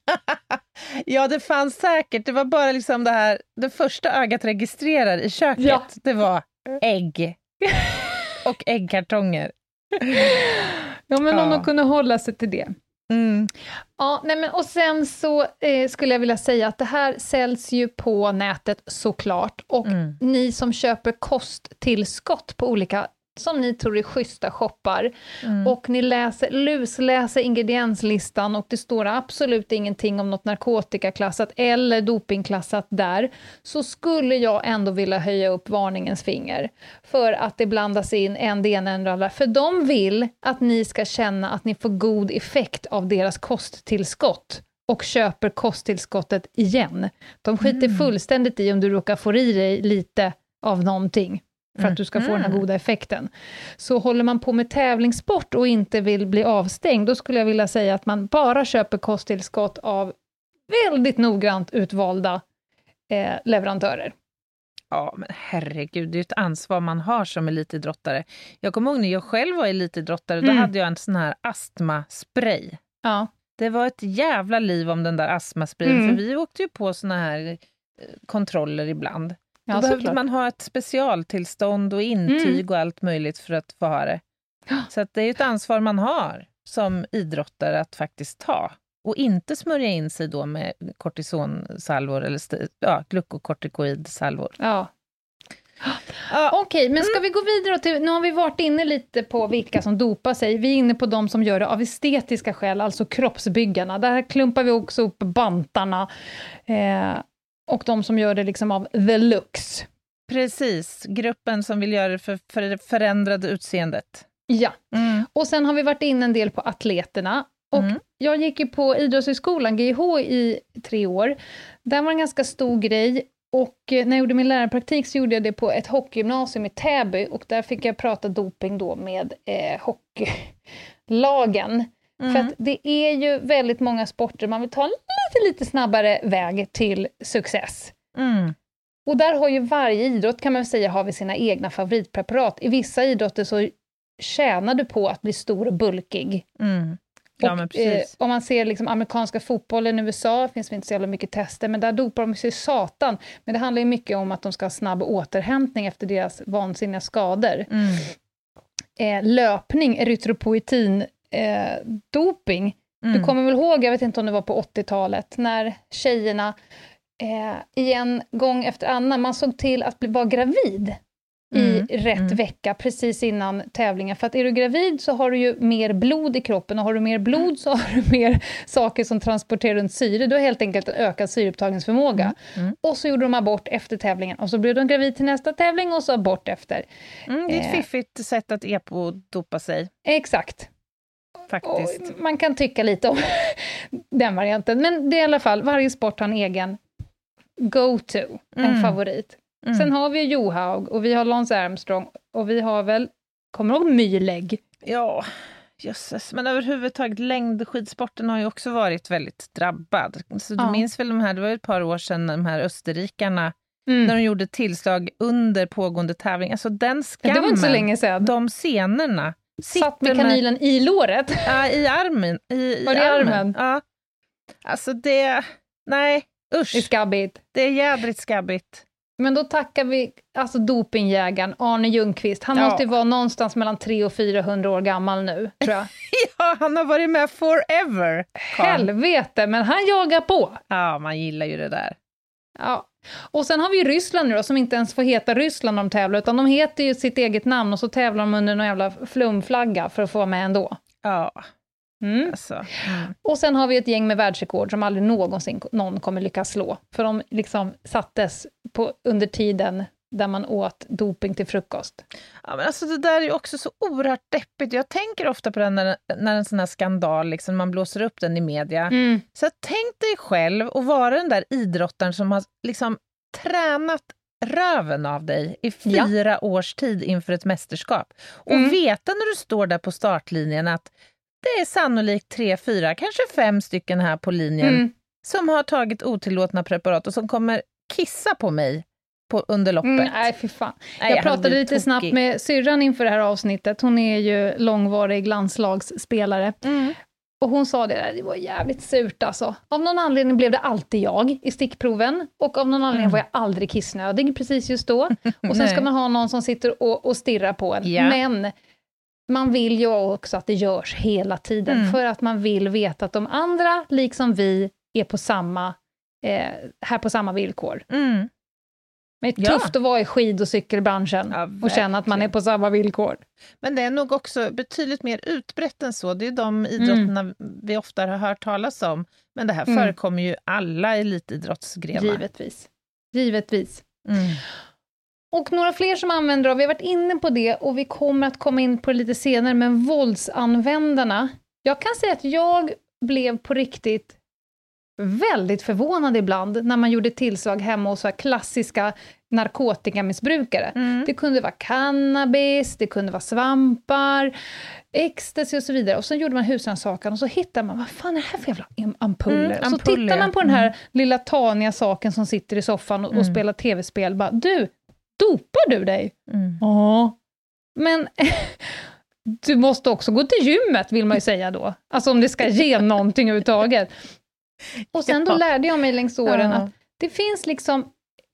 Ja, det fanns säkert. Det var bara liksom det här, det första ögat registrerar i köket. Ja. Det var ägg. Och äggkartonger. Ja, men ja. om de kunde hålla sig till det. Mm. Ja, nej men, och sen så eh, skulle jag vilja säga att det här säljs ju på nätet såklart. Och mm. ni som köper kosttillskott på olika, som ni tror är schyssta shoppar, mm. och ni läser, lusläser ingredienslistan och det står absolut ingenting om något narkotikaklassat eller dopingklassat där, så skulle jag ändå vilja höja upp varningens finger för att det blandas in en det ena än det andra. För de vill att ni ska känna att ni får god effekt av deras kosttillskott och köper kosttillskottet igen. De skiter Mm. fullständigt i om du råkar få i dig lite av någonting för Mm. att du ska få Mm. den här goda effekten. Så håller man på med tävlingssport och inte vill bli avstängd, då skulle jag vilja säga att man bara köper kosttillskott av väldigt noggrant utvalda eh, leverantörer. Ja, men herregud, det är ju ett ansvar man har som elitidrottare. Jag kommer ihåg när jag själv var elitidrottare, då Mm. hade jag en sån här astmaspray. Ja. Det var ett jävla liv om den där astmasprayen, Mm. för vi åkte ju på såna här eh, kontroller ibland. Då Ja, behövde såklart. man ha ett specialtillstånd och intyg Mm. och allt möjligt för att få ha det. Så att det är ju ett ansvar man har som idrottare att faktiskt ta. Och inte smörja in sig då med kortisonsalvor eller st- ja, glukokortikoidsalvor. Ja. Ja. Okej, men ska vi gå vidare till, nu har vi varit inne lite på vilka som dopar sig. Vi är inne på de som gör det av estetiska skäl, alltså kroppsbyggarna. Där klumpar vi också upp bantarna. Eh, och de som gör det liksom av the looks. Precis, gruppen som vill göra det för, för det förändrade utseendet. Ja, Mm. och sen har vi varit inne en del på atleterna. Och Mm. jag gick ju på Idrottshögskolan, G I H, i tre år. Där var en ganska stor grej. Och eh, när jag gjorde min lärarpraktik så gjorde jag det på ett hockeygymnasium i Täby. Och där fick jag prata doping då med eh, hockeylagen. Mm. För att det är ju väldigt många sporter man vill ta en lite, lite snabbare väg till success. Mm. Och där har ju varje idrott, kan man säga, har vi sina egna favoritpreparat. I vissa idrotter så tjänar du på att bli stor och bulkig. Mm. Ja, och, men precis. eh, om man ser liksom amerikanska fotbollen i U S A, finns det inte så jävla mycket tester, men där dopar de sig satan. Men det handlar ju mycket om att de ska ha snabb återhämtning efter deras vansinniga skador. Mm. Eh, löpning, erytropoetin, eh, doping, Mm. Du kommer väl ihåg, jag vet inte om det var på åttiotalet, när tjejerna eh, igen, gång efter annan, man såg till att bli, vara gravid mm. i rätt mm. vecka precis innan tävlingen. För att är du gravid så har du ju mer blod i kroppen, och har du mer blod mm. så har du mer saker som transporterar runt syre. Du har helt enkelt en ökad syreupptagningsförmåga. Mm. Mm. Och så gjorde de abort efter tävlingen, och så blev de gravid till nästa tävling och så abort efter. Mm, det är ett eh. fiffigt sätt att epo-dopa sig. Exakt. Faktiskt. Och man kan tycka lite om den varianten, men det är i alla fall, varje sport har en egen go-to, en mm. favorit. Mm. Sen har vi Johaug och vi har Lance Armstrong och vi har väl, kommer du ihåg Mylägg? Ja, jösses. Men överhuvudtaget längdskidsporten har ju också varit väldigt drabbad. Så du ja. minns väl de här, det var ett par år sedan, de här österrikarna mm. när de gjorde tillslag under pågående tävling. Alltså den skammen, det var inte så länge sedan. De scenerna. Satt med kanylen med, i låret. Ja, i armen. I, i var det armen? armen? Ja. Alltså det, nej, usch. Det är skabbigt. Det är jädrigt skabbigt. Men då tackar vi alltså dopingjägaren Arne Ljungqvist. Han ja. måste ju vara någonstans mellan tre och fyrahundra år gammal nu, tror jag. Ja, han har varit med forever. Helvete, men han jagar på. Ja, man gillar ju det där. Ja. Och sen har vi ju Ryssland nu då, som inte ens får heta Ryssland när de tävlar, utan de heter ju sitt eget namn och så tävlar de under någon jävla flumflagga för att få vara med ändå. Ja. Mm. Alltså. Mm. Och sen har vi ett gäng med världsrekord som aldrig någonsin någon kommer lyckas slå. För de liksom sattes på, under tiden där man åt doping till frukost. Ja, men alltså det där är ju också så oerhört deppigt. Jag tänker ofta på det när, när en sån här skandal, liksom, man blåser upp den i media. Mm. Så tänk dig själv och vara den där idrottaren som har liksom tränat röven av dig i fyra ja. års tid inför ett mästerskap. Och mm. veta när du står där på startlinjen att det är sannolikt tre, fyra, kanske fem stycken här på linjen mm. som har tagit otillåtna preparat och som kommer kissa på mig på, under loppet. Mm, nej, fy fan. Nej, jag, jag pratade lite tokig. snabbt med syrran inför det här avsnittet. Hon är ju långvarig landslagsspelare. Mm. Och hon sa det där, det var jävligt surt alltså. Av någon anledning blev det alltid jag i stickproven. Och av någon anledning mm. var jag aldrig kissnödig precis just då. Och sen ska man ha någon som sitter och, och stirrar på en. Ja. Men man vill ju också att det görs hela tiden. Mm. För att man vill veta att de andra, liksom vi, är på samma, eh, här på samma villkor. Mm. Men det är tufft ja. att vara i skid- och cykelbranschen ja, och känna att man är på samma villkor. Men det är nog också betydligt mer utbrett än så. Det är de idrotterna mm. vi ofta har hört talas om. Men det här mm. förekommer ju alla elitidrottsgrenar. Givetvis. Givetvis. Mm. Och några fler som använder, vi har varit inne på det och vi kommer att komma in på det lite senare, men våldsanvändarna. Jag kan säga att jag blev på riktigt väldigt förvånad ibland när man gjorde tillslag hemma hos så här klassiska narkotikamissbrukare. Mm. Det kunde vara cannabis, det kunde vara svampar, ecstasy och så vidare. Och så gjorde man husrannsakan och så hittar man, vad fan är det här för jävla ampuller? Mm, och så ampuller. Tittar man på den här mm. lilla taniga saken som sitter i soffan och, mm. och spelar tv-spel. Bara, du, dopar du dig? Mm. Ja. Men du måste också gå till gymmet, vill man ju säga då. Alltså om det ska ge någonting överhuvudtaget. Och sen då lärde jag mig längs åren ja. att det finns liksom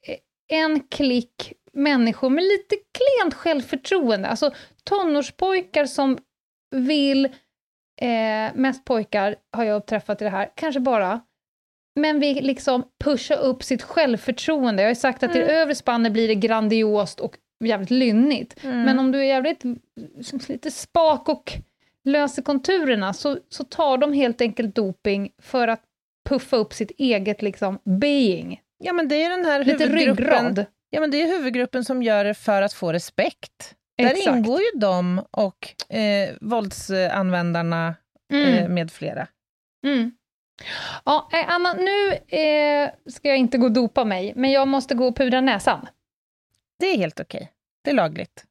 en klick människor med lite klent självförtroende. Alltså tonårspojkar som vill, eh, mest pojkar har jag träffat i det här, kanske bara, men vi liksom pusha upp sitt självförtroende. Jag har ju sagt att mm. i övre spannet blir det grandiost och jävligt lynnigt. Mm. Men om du är jävligt lite spak och löser konturerna så, så tar de helt enkelt doping för att puffa upp sitt eget liksom being. Ja, men det är den här lite ryggrad. Ja, men det är huvudgruppen som gör det för att få respekt. Exakt. Där ingår ju de och eh, våldsanvändarna mm. eh, med flera. Mm. Ja, Anna, nu eh, ska jag inte gå och dopa mig, men jag måste gå och pudra näsan. Det är helt okej. Det är lagligt.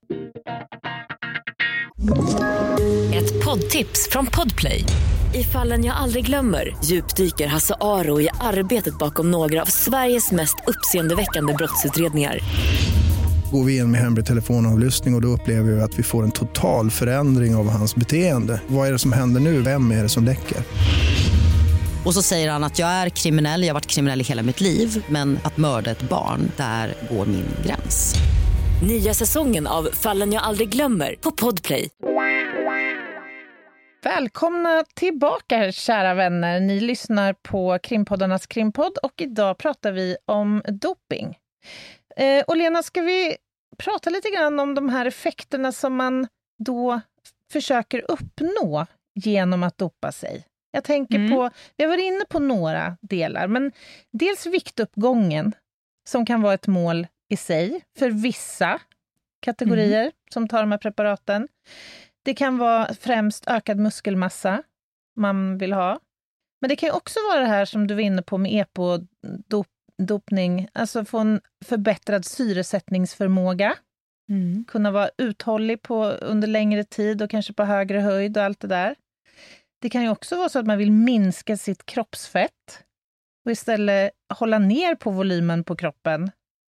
Ett poddtips från Podplay. I Fallen jag aldrig glömmer djupdyker Hasse Aro i arbetet bakom några av Sveriges mest uppseendeväckande brottsutredningar. Går vi in med hemlig telefonavlyssning och, och då upplever vi att vi får en total förändring av hans beteende. Vad är det som händer nu? Vem är det som läcker? Och så säger han att jag är kriminell, jag har varit kriminell i hela mitt liv. Men att mörda ett barn, där går min gräns. Nya säsongen av Fallen jag aldrig glömmer på Podplay. Välkomna tillbaka, kära vänner. Ni lyssnar på Krimpoddarnas krimpodd och idag pratar vi om doping. Eh, och Lena, ska vi prata lite grann om de här effekterna som man då försöker uppnå genom att dopa sig? Jag tänker mm. på, vi har varit inne på några delar, men dels viktuppgången som kan vara ett mål i sig för vissa kategorier mm. som tar de här preparaten. Det kan vara främst ökad muskelmassa man vill ha. Men det kan ju också vara det här som du var inne på med epodopning. Alltså få en förbättrad syresättningsförmåga. Mm. Kunna vara uthållig på, under längre tid och kanske på högre höjd och allt det där. Det kan ju också vara så att man vill minska sitt kroppsfett. Och istället hålla ner på volymen på kroppen.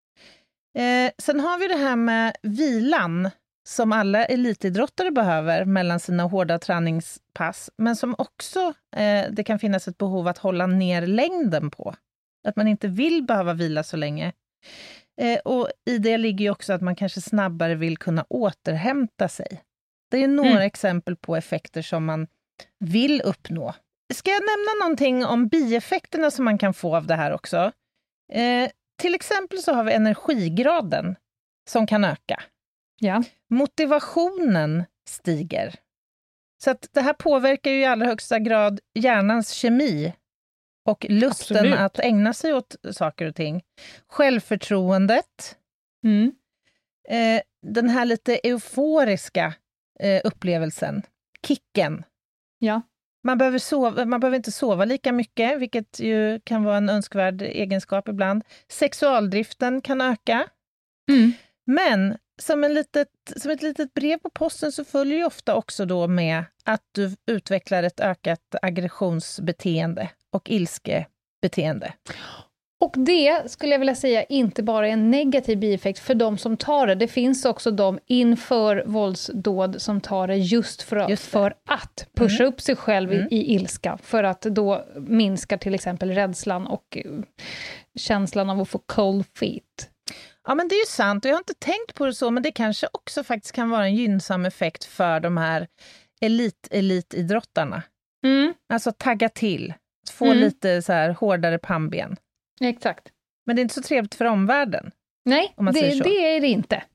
Eh, sen har vi det här med vilan. Som alla elitidrottare behöver mellan sina hårda träningspass. Men som också eh, det kan finnas ett behov att hålla ner längden på. Att man inte vill behöva vila så länge. Eh, och i det ligger ju också att man kanske snabbare vill kunna återhämta sig. Det är några mm. exempel på effekter som man vill uppnå. Ska jag nämna någonting om bieffekterna som man kan få av det här också? Eh, till exempel så har vi energigraden som kan öka. Ja. Motivationen stiger. Så att det här påverkar ju i allra högsta grad hjärnans kemi och lusten Absolut. Att ägna sig åt saker och ting. Självförtroendet. Mm. Eh, den här lite euforiska eh, upplevelsen. Kicken. Ja. Man behöver, sova, man behöver inte sova lika mycket, vilket ju kan vara en önskvärd egenskap ibland. Sexualdriften kan öka. Mm. Men som, en litet, som ett litet brev på posten så följer ju ofta också då med att du utvecklar ett ökat aggressionsbeteende och ilskebeteende. Och det skulle jag vilja säga inte bara är en negativ bieffekt för de som tar det. Det finns också de inför våldsdåd som tar det just för, just för att pusha mm. upp sig själv mm. i, i ilska. För att då minskar till exempel rädslan och känslan av att få cold feet. Ja, men det är ju sant och jag har inte tänkt på det så, men det kanske också faktiskt kan vara en gynnsam effekt för de här elit-elitidrottarna. Mm. Alltså tagga till, få mm. lite så här hårdare pannben. Exakt. Men det är inte så trevligt för omvärlden. Nej, om man det, säger så. det är det inte.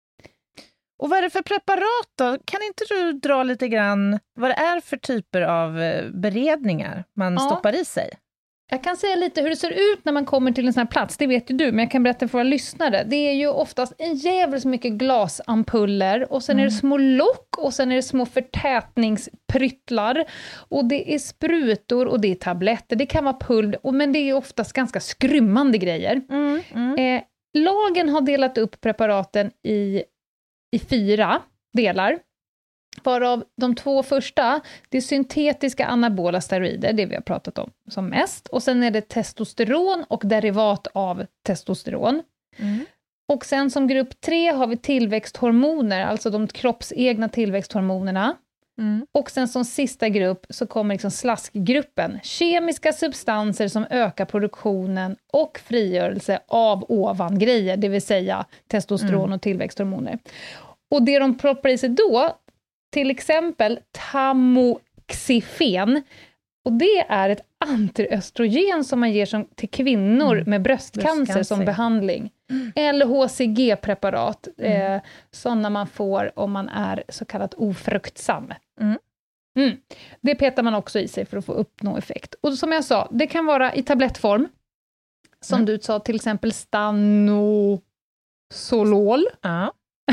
Och vad är det för preparat då? Kan inte du dra lite grann vad det är för typer av beredningar man ja. stoppar i sig? Jag kan säga lite hur det ser ut när man kommer till en sån här plats, det vet ju du, men jag kan berätta för våra lyssnare. Det är ju oftast en jävligt mycket glasampuller och sen mm. är det små lock och sen är det små förtätningspryttlar och det är sprutor och det är tabletter, det kan vara pulver, men det är oftast ganska skrymmande grejer. Mm. Mm. Eh, lagen har delat upp preparaten i, i fyra delar. Varav de två första, det är syntetiska anabola steroider, det vi har pratat om som mest. Och sen är det testosteron och derivat av testosteron. Mm. Och sen som grupp tre har vi tillväxthormoner, alltså de kroppsegna tillväxthormonerna. Mm. Och sen som sista grupp så kommer liksom slaskgruppen. Kemiska substanser som ökar produktionen och frigörelse av ovan grejer, det vill säga testosteron mm. och tillväxthormoner. Och det de proppar i sig då, till exempel tamoxifen. Och det är ett antiöstrogen som man ger som, till kvinnor mm. med bröstcancer, bröstcancer som behandling. Mm. Eller H C G-preparat. Mm. Eh, sådana man får om man är så kallat ofruktsam. Mm. Mm. Det petar man också i sig för att få uppnå effekt. Och som jag sa, det kan vara i tablettform. Som mm. du sa, till exempel Stanosolol. Ja.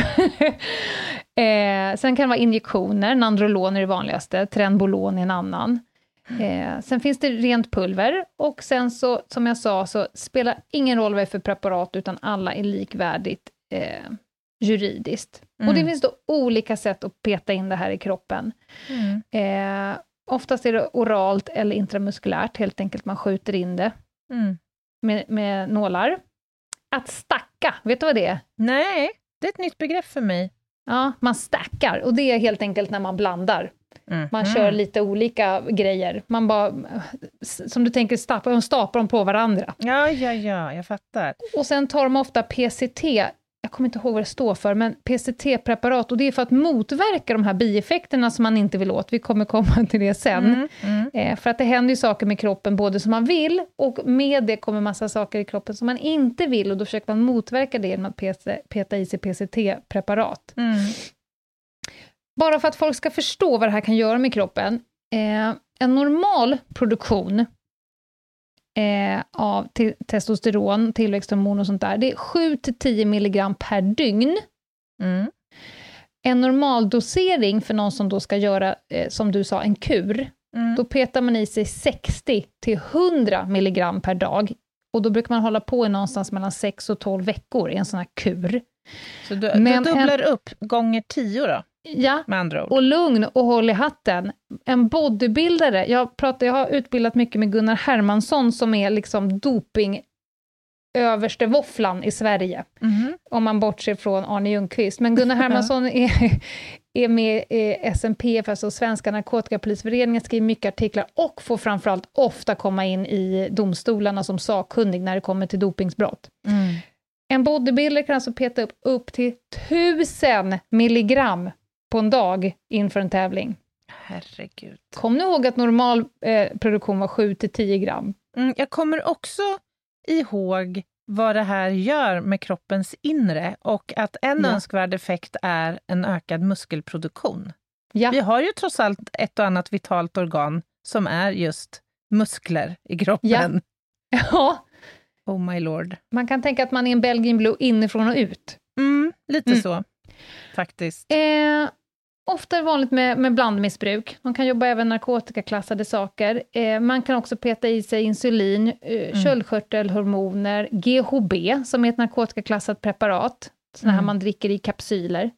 eh, sen kan det vara injektioner, nandrolon är det vanligaste, trenbolon är en annan. Eh, sen finns det rent pulver och sen så, som jag sa, så spelar ingen roll vad det är för preparat utan alla är likvärdigt eh, juridiskt. Mm. Och det finns då olika sätt att peta in det här i kroppen. Mm. Eh, oftast är det oralt eller intramuskulärt, helt enkelt man skjuter in det mm. med, med nålar. Att stacka, vet du vad det är? Nej, det är ett nytt begrepp för mig. Ja, man stackar och det är helt enkelt när man blandar. Mm. Man mm. kör lite olika grejer. Man bara, som du tänker, staplar, staplar dem på varandra. Ja, ja, ja, jag fattar. Och sen tar de ofta P C T. Jag jag kommer inte ihåg vad det står för, men P C T-preparat, och det är för att motverka de här bieffekterna som man inte vill åt. Vi kommer komma till det sen. Mm, mm. Eh, för att det händer ju saker med kroppen både som man vill, och med det kommer massa saker i kroppen som man inte vill, och då försöker man motverka det genom att peta i sig P C T-preparat. Mm. Bara för att folk ska förstå vad det här kan göra med kroppen. Eh, en normal produktion Eh, av te- testosteron, tillväxthormon och sånt där, det är sju till tio milligram per dygn. Mm. En normal dosering för någon som då ska göra, eh, som du sa, en kur, mm. då petar man i sig sextio till hundra milligram per dag, och då brukar man hålla på i någonstans mellan sex och tolv veckor i en sån här kur. Så du, Men du dubblar en, upp gånger tio då? Ja, och lugn och håll i hatten. En bodybuildare, jag, pratar, jag har utbildat mycket med Gunnar Hermansson som är liksom doping överste våfflan i Sverige. Mm-hmm. Om man bortser från Arne Ljungqvist. Men Gunnar Hermansson är, är med i S N P F, alltså Svenska narkotikapolisföreningen, skriver mycket artiklar och får framförallt ofta komma in i domstolarna som sakkunnig när det kommer till dopingsbrott. Mm. En bodybuilder kan alltså peta upp upp till tusen milligram på en dag inför en tävling. Herregud. Kom nu ihåg att normal eh, produktion var sju till tio gram. Mm, jag kommer också ihåg vad det här gör med kroppens inre, och att en ja. önskvärd effekt är en ökad muskelproduktion. Ja. Vi har ju trots allt ett och annat vitalt organ som är just muskler i kroppen. Ja. ja. Oh my lord. Man kan tänka att man är en Belgian Blue inifrån och ut. Mm, lite mm. så, faktiskt. Eh, ofta är det vanligt med, med blandmissbruk. Man kan jobba även narkotikaklassade saker. Eh, man kan också peta i sig insulin, eh, mm. köldkörtelhormoner, G H B som är ett narkotikaklassat preparat. Sådana här mm. man dricker i kapsyler.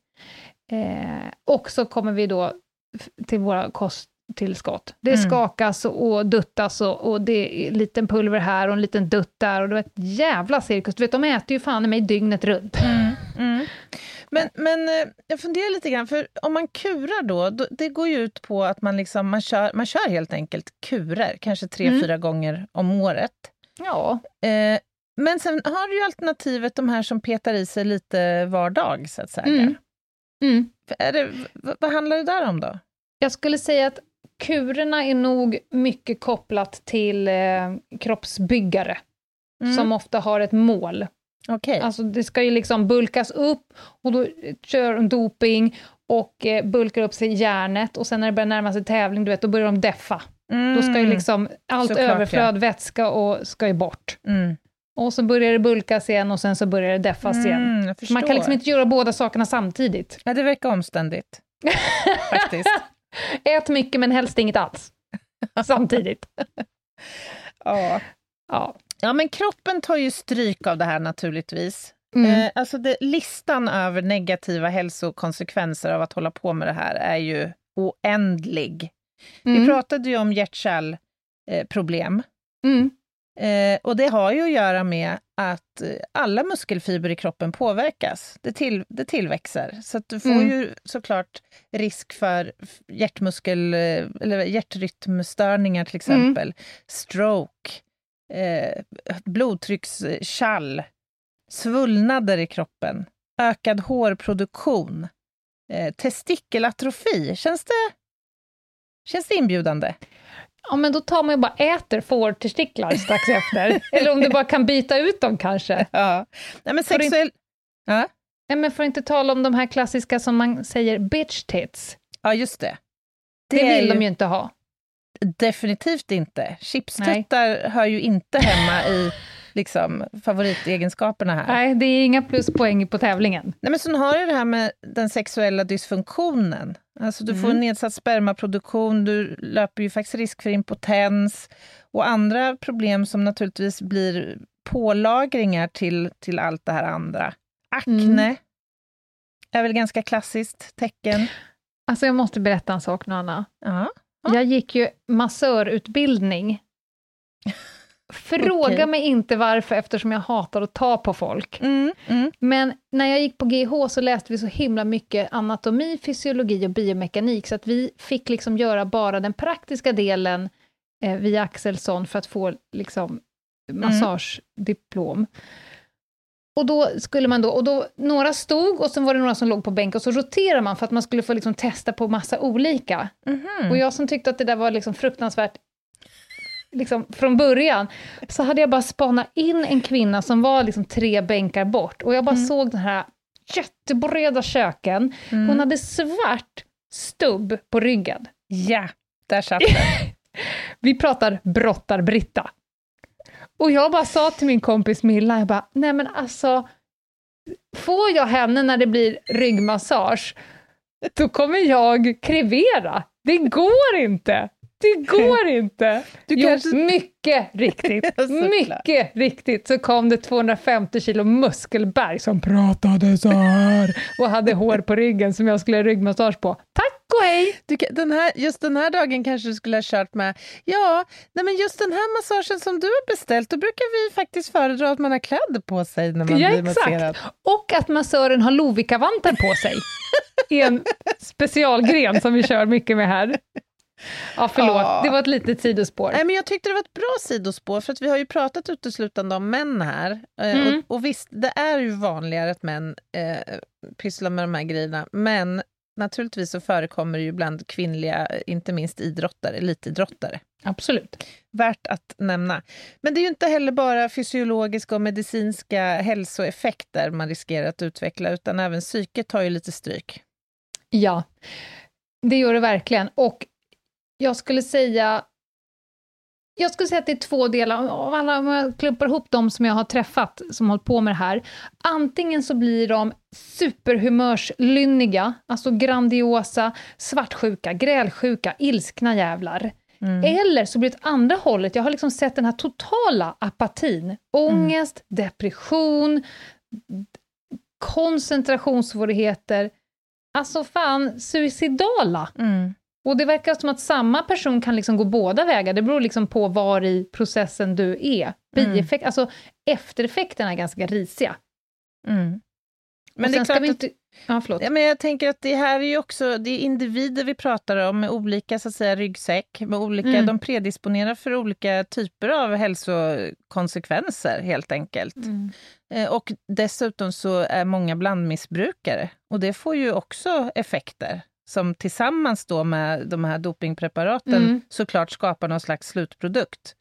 Eh, och så kommer vi då till våra kosttillskott. Det mm. skakas och duttas och, och det är en liten pulver här och en liten dutt där, och det är ett jävla cirkus. Du vet, de äter ju fan i mig dygnet runt. Mm. Mm. Men, men jag funderar lite grann, för om man kurar då, då det går ju ut på att man liksom, man kör, man kör helt enkelt kurer, kanske tre, mm. fyra gånger om året. Ja. Eh, men sen har du ju alternativet de här som petar i sig lite var dag, så att säga. Mm. Mm. Är det, vad, vad handlar det där om då? Jag skulle säga att kurerna är nog mycket kopplat till eh, kroppsbyggare mm. som ofta har ett mål. Okay. Alltså det ska ju liksom bulkas upp, och då kör de doping och eh, bulkar upp sig i hjärnet, och sen när det börjar närma sig tävling, du vet, då börjar de deffa. Mm. Då ska ju liksom allt så överflöd, klart, ja. vätska och ska ju bort. Mm. Och så börjar det bulkas igen, och sen så börjar det deffas mm, igen. Man kan liksom inte göra båda sakerna samtidigt. Ja, det verkar omständigt. Faktiskt. Ät mycket men helst inget alls. Samtidigt. ja. Ja. Ja, men kroppen tar ju stryk av det här naturligtvis. Mm. Eh, alltså det, listan över negativa hälsokonsekvenser av att hålla på med det här är ju oändlig. Mm. Vi pratade ju om hjärt-kärlproblem. Mm. Eh, och det har ju att göra med att alla muskelfiber i kroppen påverkas. Det, till, det tillväxer. Så att du får mm. ju såklart risk för hjärtmuskel, eller hjärtrytmstörningar till exempel. Mm. Stroke. Eh, blodtryckskall, svullnader i kroppen, ökad hårproduktion, eh, testikelatrofi. Känns det, känns det inbjudande? Ja, men då tar man ju bara äter fårtestiklar strax efter. Eller om du bara kan byta ut dem kanske. Ja. Nej, men sexuell... Inte... Ja? Nej, men för att inte tala om de här klassiska som man säger bitch tits. Ja, just det. Det, det vill ju... de ju inte ha. Definitivt inte. Chipstuttar hör ju inte hemma i liksom favoritegenskaperna här. Nej, det är inga pluspoäng på tävlingen. Nej, men så har du det här med den sexuella dysfunktionen. Alltså du mm. får en nedsatt spermaproduktion, du löper ju faktiskt risk för impotens och andra problem som naturligtvis blir pålagringar till, till allt det här andra. Akne mm. är väl ganska klassiskt tecken. Alltså jag måste berätta en sak nu, Anna. Ja. Jag gick ju massörutbildning. Fråga okay. mig inte varför, eftersom jag hatar att ta på folk. Mm, mm. Men när jag gick på G H så läste vi så himla mycket anatomi, fysiologi och biomekanik, så att vi fick liksom göra bara den praktiska delen eh, via Axelsson för att få liksom massagediplom. Och då skulle man då, och då, några stod och sen var det några som låg på bänk och så roterar man för att man skulle få liksom testa på massa olika. Mm-hmm. Och jag som tyckte att det där var liksom fruktansvärt liksom från början, så hade jag bara spanat in en kvinna som var liksom tre bänkar bort. Och jag bara mm. såg den här jättebreda köken. Mm. Hon hade svart stubb på ryggen. Ja, där satt den. Vi pratar brottar-Britta. Och jag bara sa till min kompis Milla, jag bara, nej men alltså, får jag henne när det blir ryggmassage, då kommer jag krevera. Det går inte. Det går inte. Du jo, kanske... mycket riktigt. mycket riktigt så kom det tvåhundrafemtio kilo muskelberg som pratade så här och hade hår på ryggen som jag skulle ha ryggmassage på. Tack och hej! Du, den här, just den här dagen kanske du skulle ha kört med. Ja, nej men just den här massagen som du har beställt, då brukar vi faktiskt föredra att man har kläder på sig när man ja, blir masserad. Exakt. Och att massören har Lovikka-vantar på sig. En specialgren som vi kör mycket med här. Ja, förlåt. Ja. Det var ett litet sidospår. Nej, men jag tyckte det var ett bra sidospår, för att vi har ju pratat uteslutande om män här. Mm. Och, och visst, det är ju vanligare att män eh, pysslar med de här grejerna. Men naturligtvis så förekommer det ju bland kvinnliga, inte minst idrottare, elitidrottare. Absolut. Värt att nämna. Men det är ju inte heller bara fysiologiska och medicinska hälsoeffekter man riskerar att utveckla, utan även psyket tar ju lite stryk. Ja, det gör det verkligen. Och jag skulle säga jag skulle säga att det är två delar av alla, om jag klumpar ihop dem som jag har träffat som hållit på med det här. Antingen så blir de superhumörslynniga, alltså grandiosa, svartsjuka, grälsjuka, ilskna jävlar. Mm. Eller så blir det ett andra hållet. Jag har liksom sett den här totala apatin. Ångest, mm. depression, koncentrationssvårigheter. Alltså fan, suicidala. Mm. Och det verkar som att samma person kan liksom gå båda vägar. Det beror liksom på var i processen du är. Bieffekt, mm. alltså eftereffekterna är ganska risiga. Mm. Men det är klart vi inte... att... Ja, förlåt. Ja, men jag tänker att det här är ju också, det är individer vi pratar om med olika så att säga ryggsäck, med olika, mm. de predisponerar för olika typer av hälsokonsekvenser helt enkelt. Mm. Eh, och dessutom så är många blandmissbrukare, och det får ju också effekter som tillsammans då med de här dopingpreparaten mm. såklart skapar någon slags slutprodukt.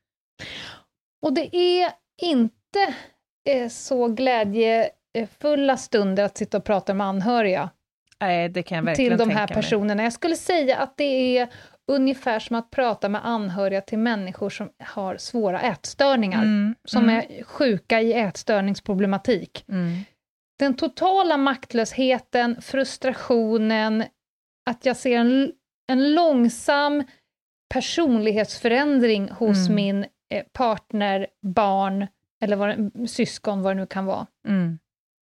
Och det är inte eh, så glädjefulla stunder att sitta och prata med anhöriga. Nej, det kan jag verkligen till de här tänka personerna. Mig. Jag skulle säga att det är ungefär som att prata med anhöriga till människor som har svåra ätstörningar. Mm. Som mm. är sjuka i ätstörningsproblematik. Mm. Den totala maktlösheten, frustrationen, att jag ser en, en långsam personlighetsförändring hos mm. min eh, partner, barn eller vad, syskon, vad det nu kan vara. Mm.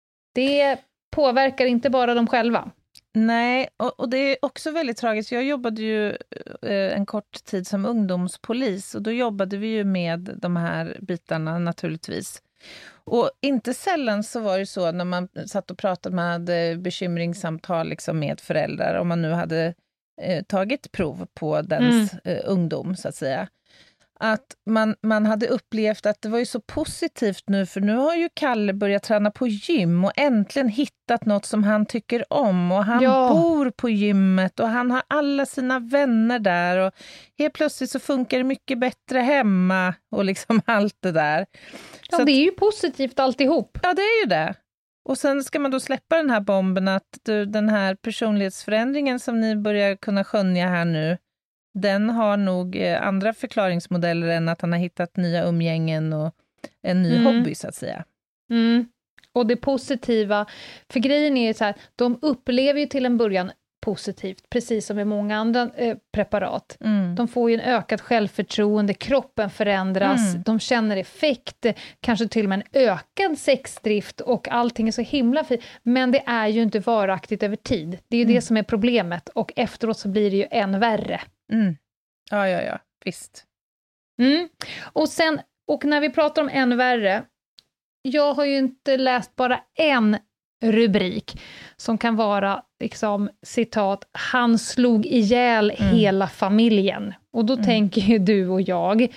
Det påverkar inte bara dem själva. Nej, och, och det är också väldigt tragiskt. Jag jobbade ju eh, en kort tid som ungdomspolis, och då jobbade vi ju med de här bitarna naturligtvis. Och inte sällan så var det så när man satt och pratade med bekymringssamtal liksom med föräldrar, om man nu hade eh, tagit prov på dens mm. eh, ungdom så att säga, att man, man hade upplevt att det var ju så positivt nu, för nu har ju Kalle börjat träna på gym och äntligen hittat något som han tycker om, och han ja. bor på gymmet och han har alla sina vänner där, och helt plötsligt så funkar det mycket bättre hemma och liksom allt det där. Ja, så det är att, ju positivt alltihop. Ja, det är ju det. Och sen ska man då släppa den här bomben att du, den här personlighetsförändringen som ni börjar kunna skönja här nu, den har nog andra förklaringsmodeller än att han har hittat nya umgängen och en ny mm. hobby så att säga. Mm. Och det positiva, för grejen är ju så här, de upplever ju till en början positivt, precis som med många andra eh, preparat. Mm. De får ju en ökat självförtroende, kroppen förändras, mm. de känner effekt, kanske till och med en ökad sexdrift, och allting är så himla fint. Men det är ju inte varaktigt över tid. Det är ju mm. det som är problemet, och efteråt så blir det ju än värre. Mm. Ja, ja, ja, visst. Mm. Och sen, och när vi pratar om än värre, jag har ju inte läst bara en rubrik som kan vara liksom citat, han slog ihjäl mm. hela familjen. Och då mm. tänker ju du och jag,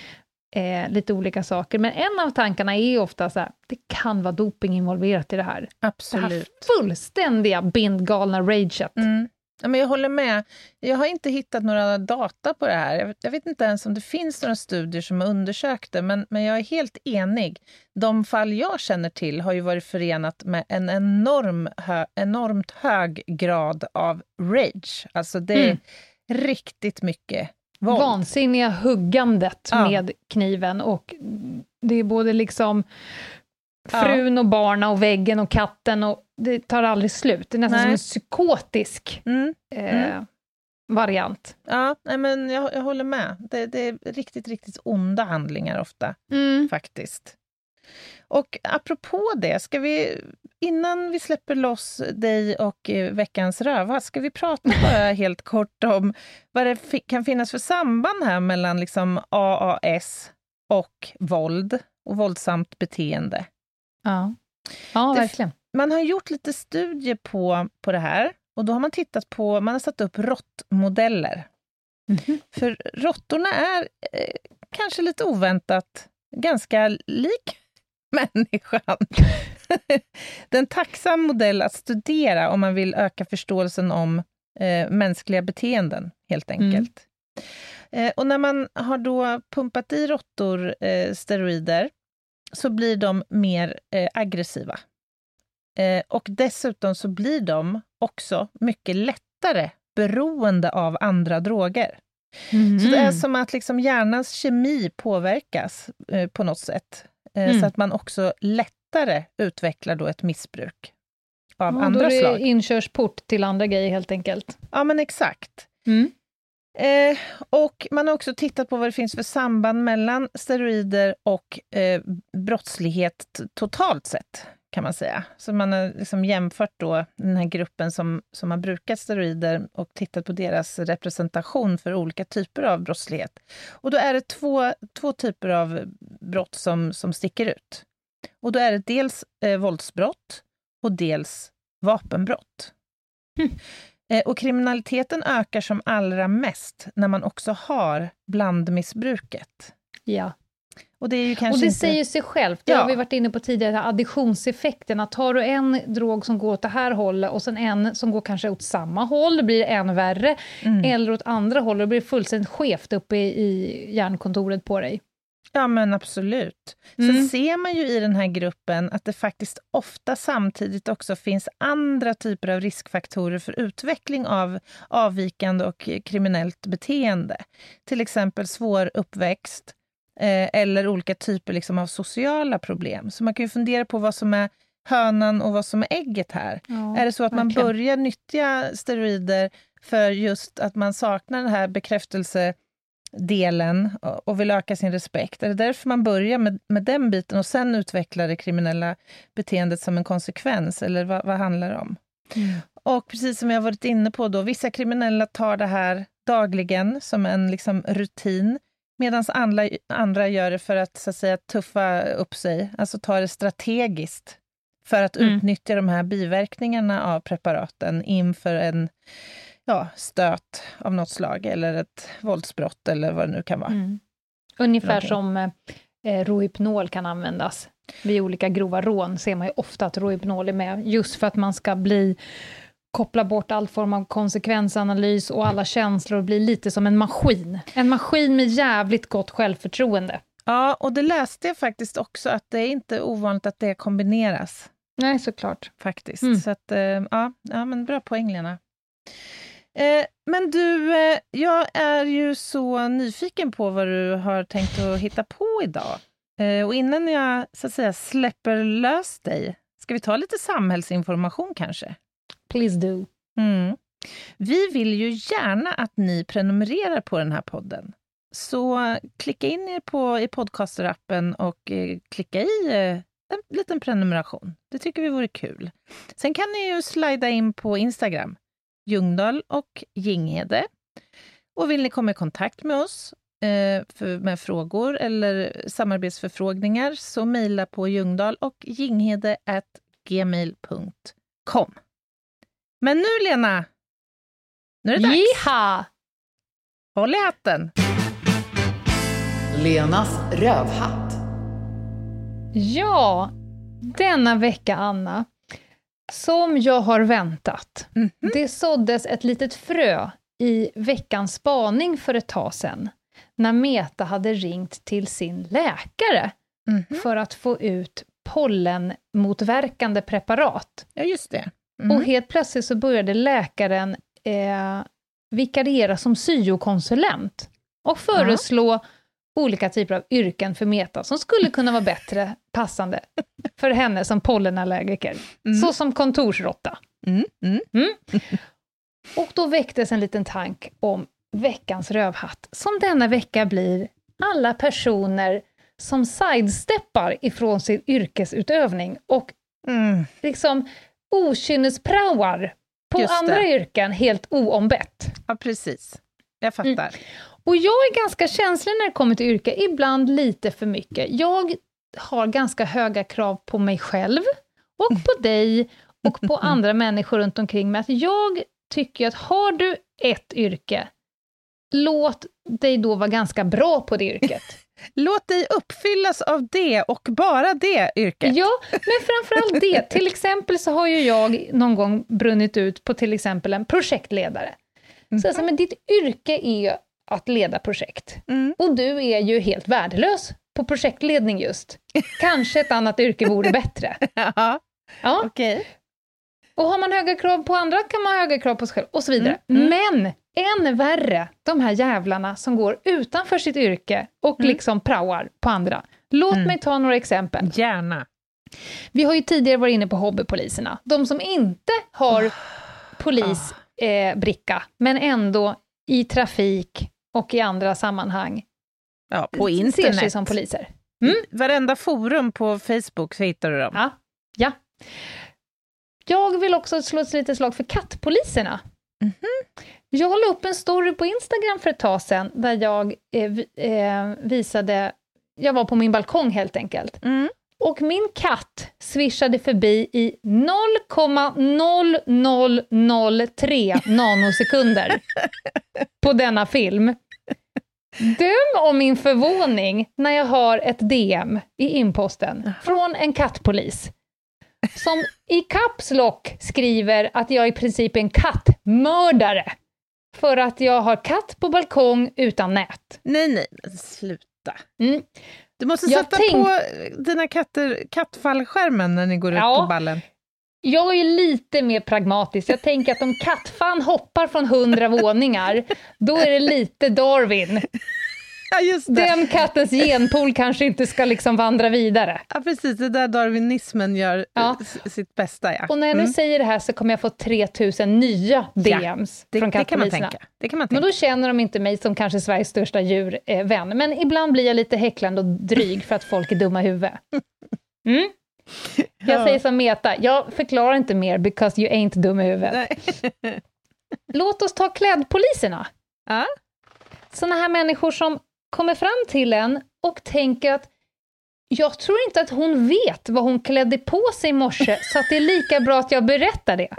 eh, lite olika saker. Men en av tankarna är ju ofta så här, det kan vara doping involverat i det här. Absolut. Det här fullständiga bindgalna rageet. Mm. Ja, men jag håller med. Jag har inte hittat några data på det här. Jag vet, jag vet inte ens om det finns några studier som har undersökt det, men, men jag är helt enig. De fall jag känner till har ju varit förenat med en enorm hö, enormt hög grad av rage. Alltså det är mm. riktigt mycket våld. Vansinniga huggandet ja. med kniven, och det är både liksom frun och barna och väggen och katten, och det tar aldrig slut. Det är nästan nej. som en psykotisk mm. Eh, mm. variant. Ja, nej, men jag, jag håller med. Det, det är riktigt, riktigt onda handlingar ofta, mm. faktiskt. Och apropå det, ska vi, innan vi släpper loss dig och eh, veckans röva, ska vi prata bara helt kort om vad det f- kan finnas för samband här mellan liksom A A S och våld och våldsamt beteende. Ja, ja det, verkligen. Man har gjort lite studier på, på det här, och då har man tittat på, man har satt upp råttmodeller. Mm-hmm. För råttorna är eh, kanske lite oväntat ganska lik människan. Det är en tacksam modell att studera om man vill öka förståelsen om eh, mänskliga beteenden, helt enkelt. Mm. Eh, och när man har då pumpat i råttor eh, steroider, så blir de mer eh, aggressiva. Eh, och dessutom så blir de också mycket lättare beroende av andra droger. Mm. Så det är som att liksom hjärnans kemi påverkas eh, på något sätt. Eh, mm. Så att man också lättare utvecklar då ett missbruk av ja, andra då är slag. Det inkörsport till andra grejer helt enkelt. Ja, men exakt. Mm. Eh, och man har också tittat på vad det finns för samband mellan steroider och eh, brottslighet t- totalt sett, kan man säga. Så man har liksom jämfört då den här gruppen som, som har brukat steroider och tittat på deras representation för olika typer av brottslighet. Och då är det två, två typer av brott som, som sticker ut. Och då är det dels eh, våldsbrott och dels vapenbrott. Mm. Och kriminaliteten ökar som allra mest när man också har blandmissbruket. Ja. Och det, är ju kanske och det inte... säger sig självt. Det ja. har vi varit inne på tidigare, additionseffekten. Att tar du en drog som går åt det här hållet och sen en som går kanske åt samma håll, det blir än värre. Mm. Eller åt andra håll, det blir fullständigt skevt uppe i, i hjärnkontoret på dig. Ja, men absolut. Mm. Sen ser man ju i den här gruppen att det faktiskt ofta samtidigt också finns andra typer av riskfaktorer för utveckling av avvikande och kriminellt beteende. Till exempel svår uppväxt eh, eller olika typer liksom av sociala problem. Så man kan ju fundera på vad som är hönan och vad som är ägget här. Ja, är det så att man verkligen. börjar nyttja steroider för just att man saknar den här bekräftelse delen och vill öka sin respekt? Är det därför man börjar med, med den biten och sen utvecklar det kriminella beteendet som en konsekvens? Eller vad, vad handlar det om? Mm. Och precis som jag har varit inne på då, vissa kriminella tar det här dagligen som en liksom rutin, medan andra, andra gör det för att, så att säga, tuffa upp sig, alltså tar det strategiskt för att mm. utnyttja de här biverkningarna av preparaten inför en ja, stöt av något slag eller ett våldsbrott eller vad det nu kan vara. Mm. Ungefär som eh, Rohypnol kan användas vid olika grova rån, ser man ju ofta att Rohypnol är med, just för att man ska bli koppla bort all form av konsekvensanalys och alla känslor och bli lite som en maskin. En maskin med jävligt gott självförtroende. Ja, och det läste jag faktiskt också att det är inte ovanligt att det kombineras. Nej, såklart. Faktiskt. Mm. Så att, ja, ja, men bra poäng, Lena. Eh, men du, eh, jag är ju så nyfiken på vad du har tänkt att hitta på idag. Eh, och innan jag så att säga släpper lös dig, ska vi ta lite samhällsinformation kanske? Please do. Mm. Vi vill ju gärna att ni prenumererar på den här podden. Så klicka in er på i podcasterappen och eh, klicka i eh, en liten prenumeration. Det tycker vi vore kul. Sen kan ni ju slida in på Instagram, Ljungdahl och Ginghede. Och vill ni komma i kontakt med oss eh, för, med frågor eller samarbetsförfrågningar, så mejla på ljungdahl och ginghede at gmail punkt com. Men nu, Lena, nu är det dags. Jiha! Håll i hatten. Lenas rövhatt. Ja, denna vecka, Anna, som jag har väntat. Mm-hmm. Det såddes ett litet frö i veckans spaning för ett tag sedan, när Meta hade ringt till sin läkare mm-hmm. för att få ut pollenmotverkande preparat. Ja, just det. Mm. Och helt plötsligt så började läkaren eh, vikariera som syokonsulent och föreslå ja. olika typer av yrken för Meta som skulle kunna vara bättre passande för henne som pollenallergiker. Mm. Så som kontorsrotta. Mm. Mm. Mm. Och då väcktes en liten tank om veckans rövhatt, som denna vecka blir alla personer som sidesteppar ifrån sin yrkesutövning och mm. liksom okynnespraoar på andra yrken helt oombett. Ja, precis. Jag fattar. Mm. Och jag är ganska känslig när det kommer till yrke, ibland lite för mycket. Jag har ganska höga krav på mig själv och på dig och på andra människor runt omkring mig. Att jag tycker att har du ett yrke, låt dig då vara ganska bra på det yrket. Låt dig uppfyllas av det och bara det yrket. Ja, men framförallt det. Till exempel så har ju jag någon gång brunnit ut på till exempel en projektledare. Mm. Så alltså, men ditt yrke är att leda projekt. Mm. Och du är ju helt värdelös på projektledning just. Kanske ett annat yrke vore bättre. Ja, ja. Okej. Okay. Och har man höga krav på andra kan man ha höga krav på sig själv och så vidare. Mm. Mm. Men än värre, de här jävlarna som går utanför sitt yrke och mm. liksom praoar på andra. Låt mm. mig ta några exempel. Gärna. Vi har ju tidigare varit inne på hobbypoliserna. De som inte har oh. polisbricka, oh. eh, men ändå i trafik och i andra sammanhang ja, på internet. Ser sig som poliser. Mm? Varenda forum på Facebook så hittar du dem. Ja, ja. Jag vill också slå ett litet slag för kattpoliserna. Mm-hmm. Jag la upp en story på Instagram för ett tag sedan där jag eh, eh, visade, jag var på min balkong helt enkelt. Mm. Och min katt swishade förbi i noll komma noll noll noll tre nanosekunder på denna film. Döm om min förvåning när jag har ett D M i inposten från en kattpolis som i caps lock skriver att jag i princip är en kattmördare för att jag har katt på balkong utan nät. Nej, nej, men sluta. Mm. Du måste jag sätta tänk... på dina katter kattfallskärmen när ni går ja, ut på ballen. Jag är lite mer pragmatisk. Jag tänker att om kattfan hoppar från hundra våningar, då är det lite Darwin. Ja, just det. Den kattens genpool kanske inte ska liksom vandra vidare. Ja, precis. Det där darwinismen gör ja. sitt bästa, ja. Och när jag nu mm. säger det här så kommer jag få tre tusen nya D Ms ja, det, från kattpoliserna. Det kan man tänka. Det kan man tänka. Men då känner de inte mig som kanske Sveriges största djurvän. Men ibland blir jag lite häcklande och dryg för att folk är dumma i huvudet. Mm. Jag ja. säger som Meta, jag förklarar inte mer because you ain't dum i huvudet. Låt oss ta klädpoliserna. Ja. Såna här människor som kommer fram till en och tänker att jag tror inte att hon vet vad hon klädde på sig i morse så att det är lika bra att jag berättar det.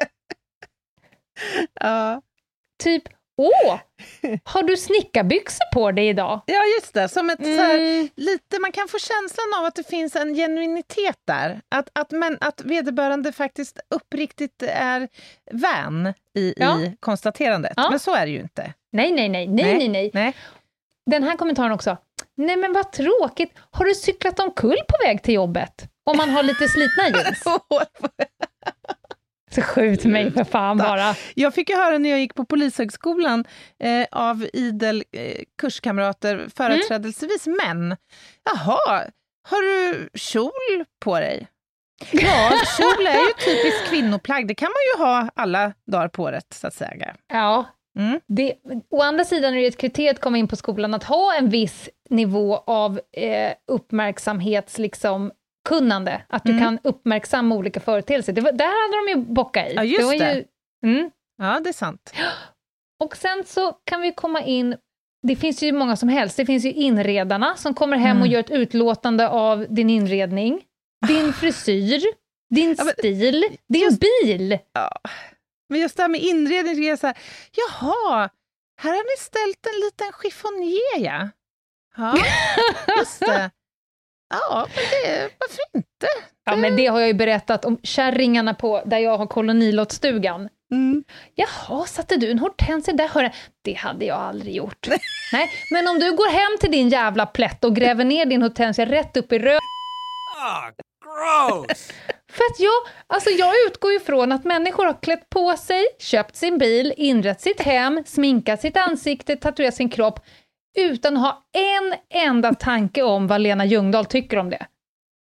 Ja. Typ, åh, har du snickarbyxor på dig idag? Ja, just det. Som ett mm. så här, lite, man kan få känslan av att det finns en genuinitet där. Att, att, men, att vederbörande faktiskt uppriktigt är vän i, ja. i konstaterandet. Ja. Men så är det ju inte. Nej, nej, nej, nej, nej, nej. nej. Den här kommentaren också. Nej, men vad tråkigt. Har du cyklat omkull på väg till jobbet? Om man har lite slitna jeans. Så skjut mig för fan bara. Jag fick ju höra när jag gick på polishögskolan eh, av idel eh, kurskamrater, företrädelsevis mm. män. Jaha, har du kjol på dig? Ja, kjol är ju typiskt kvinnoplagg. Det kan man ju ha alla dagar på året, så att säga. Ja. Mm. Det, å andra sidan är det ett kriterium att komma in på skolan att ha en viss nivå av eh, uppmärksamhets liksom, kunnande. Att du mm. kan uppmärksamma olika företeelser. Det var, där hade de ju bocka i. Ja, just det. det. Ju, mm. Ja, det är sant. Och sen så kan vi komma in, det finns ju många som helst. Det finns ju inredarna som kommer hem mm. och gör ett utlåtande av din inredning, din frisyr, din ja, men, stil, din just, bil. Ja. Men just det här med inredning, det är så här, jaha, här har ni ställt en liten chiffonier, ja. Ja, just det. Ja, men det, varför inte? Ja, men det har jag ju berättat om kärringarna på där jag har kolonilottstugan. Mm. Jaha, satte du en hortensia där? Hörde? Det hade jag aldrig gjort. Nej, men om du går hem till din jävla plätt och gräver ner din hortensia rätt upp i rö... Ah, gross! För att jag, alltså jag utgår ifrån att människor har klätt på sig, köpt sin bil, inrett sitt hem, sminkat sitt ansikte, tatuerat sin kropp utan att ha en enda tanke om vad Lena Ljungdahl tycker om det.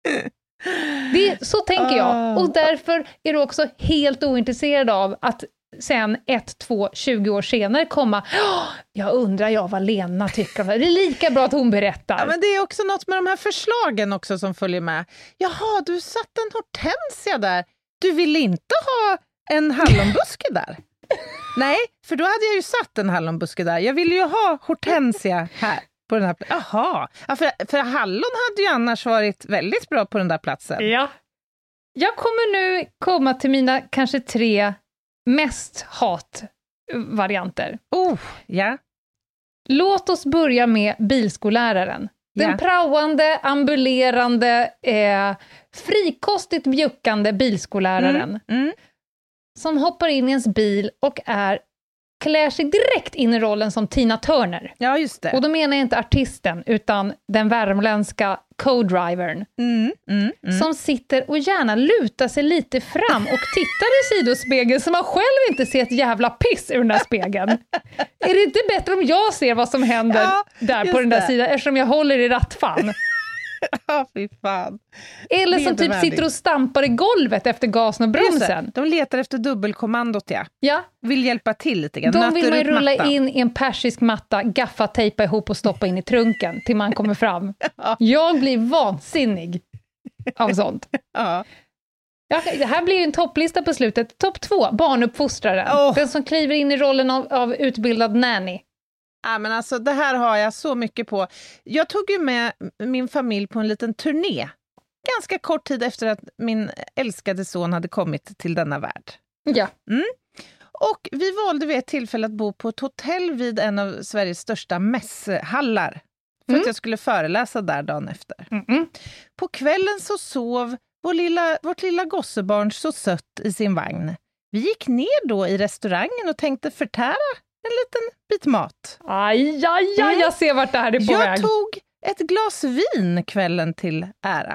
det så tänker jag. Och därför är du också helt ointresserad av att sen ett, två, tjugo år senare komma, jag undrar jag vad Lena tycker om det. Det är lika bra att hon berättar. Ja, men det är också något med de här förslagen också som följer med. Jaha, du satt en hortensia där. Du ville inte ha en hallonbuske där? Nej, för då hade jag ju satt en hallonbuske där. Jag ville ju ha hortensia här på den här platsen. Jaha, ja, för, för hallon hade ju annars varit väldigt bra på den där platsen. Ja. Jag kommer nu komma till mina kanske tre mest hatvarianter. Oh, ja. Låt oss börja med bilskolläraren. Den Ja. praoande, ambulerande, eh, frikostigt bjuckande bilskolläraren. Mm, mm. Som hoppar in i ens bil och är, klär sig direkt in i rollen som Tina Turner. Ja, just det. Och då menar jag inte artisten, utan den värmländska co-drivern. Mm, mm, mm. Som sitter och gärna lutar sig lite fram och tittar i sidospegeln så man själv inte ser ett jävla piss ur den där spegeln. Är det inte bättre om jag ser vad som händer Ja, där just på den där det. sidan eftersom jag håller i rattfan? Ja, fy fan. Eller Det är som typ bevärdigt. sitter och stampar i golvet efter gasen och Just det. bromsen. De letar efter dubbelkommandot, ja. Ja, Vill hjälpa till lite grann. de Nöter vill man ju ut rulla mattan. in i en persisk matta, gaffa, tejpa ihop och stoppa in i trunken till man kommer fram. Jag blir vansinnig av sånt. Ja. Ja, det här blir ju en topplista på slutet. Topp två, barnuppfostraren. Åh. Den som kliver in i rollen av, av utbildad nanny. Ja, men alltså, det här har jag så mycket på. Jag tog ju med min familj på en liten turné. Ganska kort tid efter att min älskade son hade kommit till denna värld. Ja. Och vi valde vid ett tillfälle att bo på ett hotell vid en av Sveriges största mässhallar. För Mm. att jag skulle föreläsa där dagen efter. Mm-mm. På kvällen så sov vår lilla, vårt lilla gossebarn så sött i sin vagn. Vi gick ner då i restaurangen och tänkte förtära en liten bit mat. Aj, aj, aj, jag ser vart det här är på Jag väg. tog ett glas vin kvällen till ära.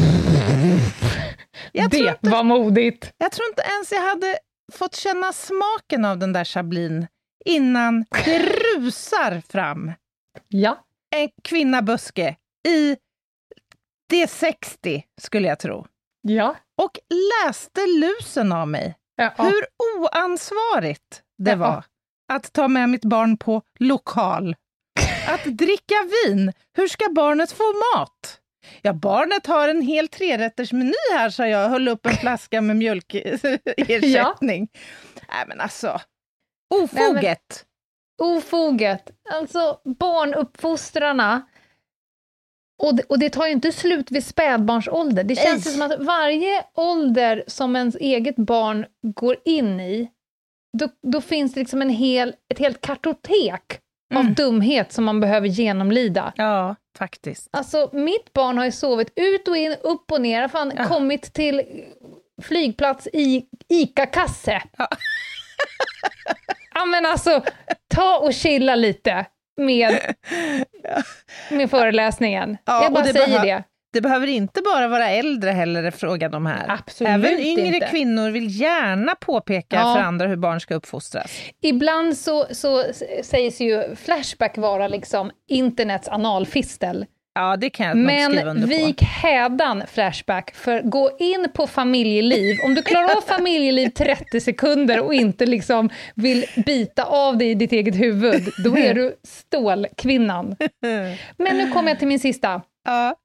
Jag tror, Det inte, var modigt. jag tror inte ens jag hade fått känna smaken av den där chablin innan det rusar fram Ja. en kvinnabuske i D sextio, skulle jag tro. Ja. Och läste lusen av mig. Ja. Hur oansvarigt det Ja. var att ta med mitt barn på lokal. Att dricka vin. Hur ska barnet få mat? Ja, barnet har en hel trerättersmeny här, så jag höll upp en flaska med mjölkersättning. Nej, men alltså, ofoget. Ofoget. Alltså barnuppfostrarna. Och det, och det tar ju inte slut vid spädbarnsålder. Det känns ju som att varje ålder som ens eget barn går in i, då, då finns det liksom en hel, ett helt kartotek Mm. av dumhet som man behöver genomlida. Ja, faktiskt. Alltså, mitt barn har ju sovit ut och in, upp och ner. Fan, Ja. kommit till flygplats i Ica-kasse. Ja. Ja, men alltså, ta och chilla lite med, med föreläsningen. Ja, jag bara och det säger behö- det. Det behöver inte bara vara äldre heller, är frågan om här. Absolut Även yngre inte. kvinnor vill gärna påpeka Ja. för andra hur barn ska uppfostras. Ibland så, så sägs ju Flashback vara liksom internets analfistel. Ja, det kan jag nog skriva Men under på. vik hädan Flashback, för gå in på familjeliv. Om du klarar av familjeliv trettio sekunder och inte liksom vill bita av dig i ditt eget huvud, då är du stålkvinnan. Men nu kommer jag till min sista. Ja.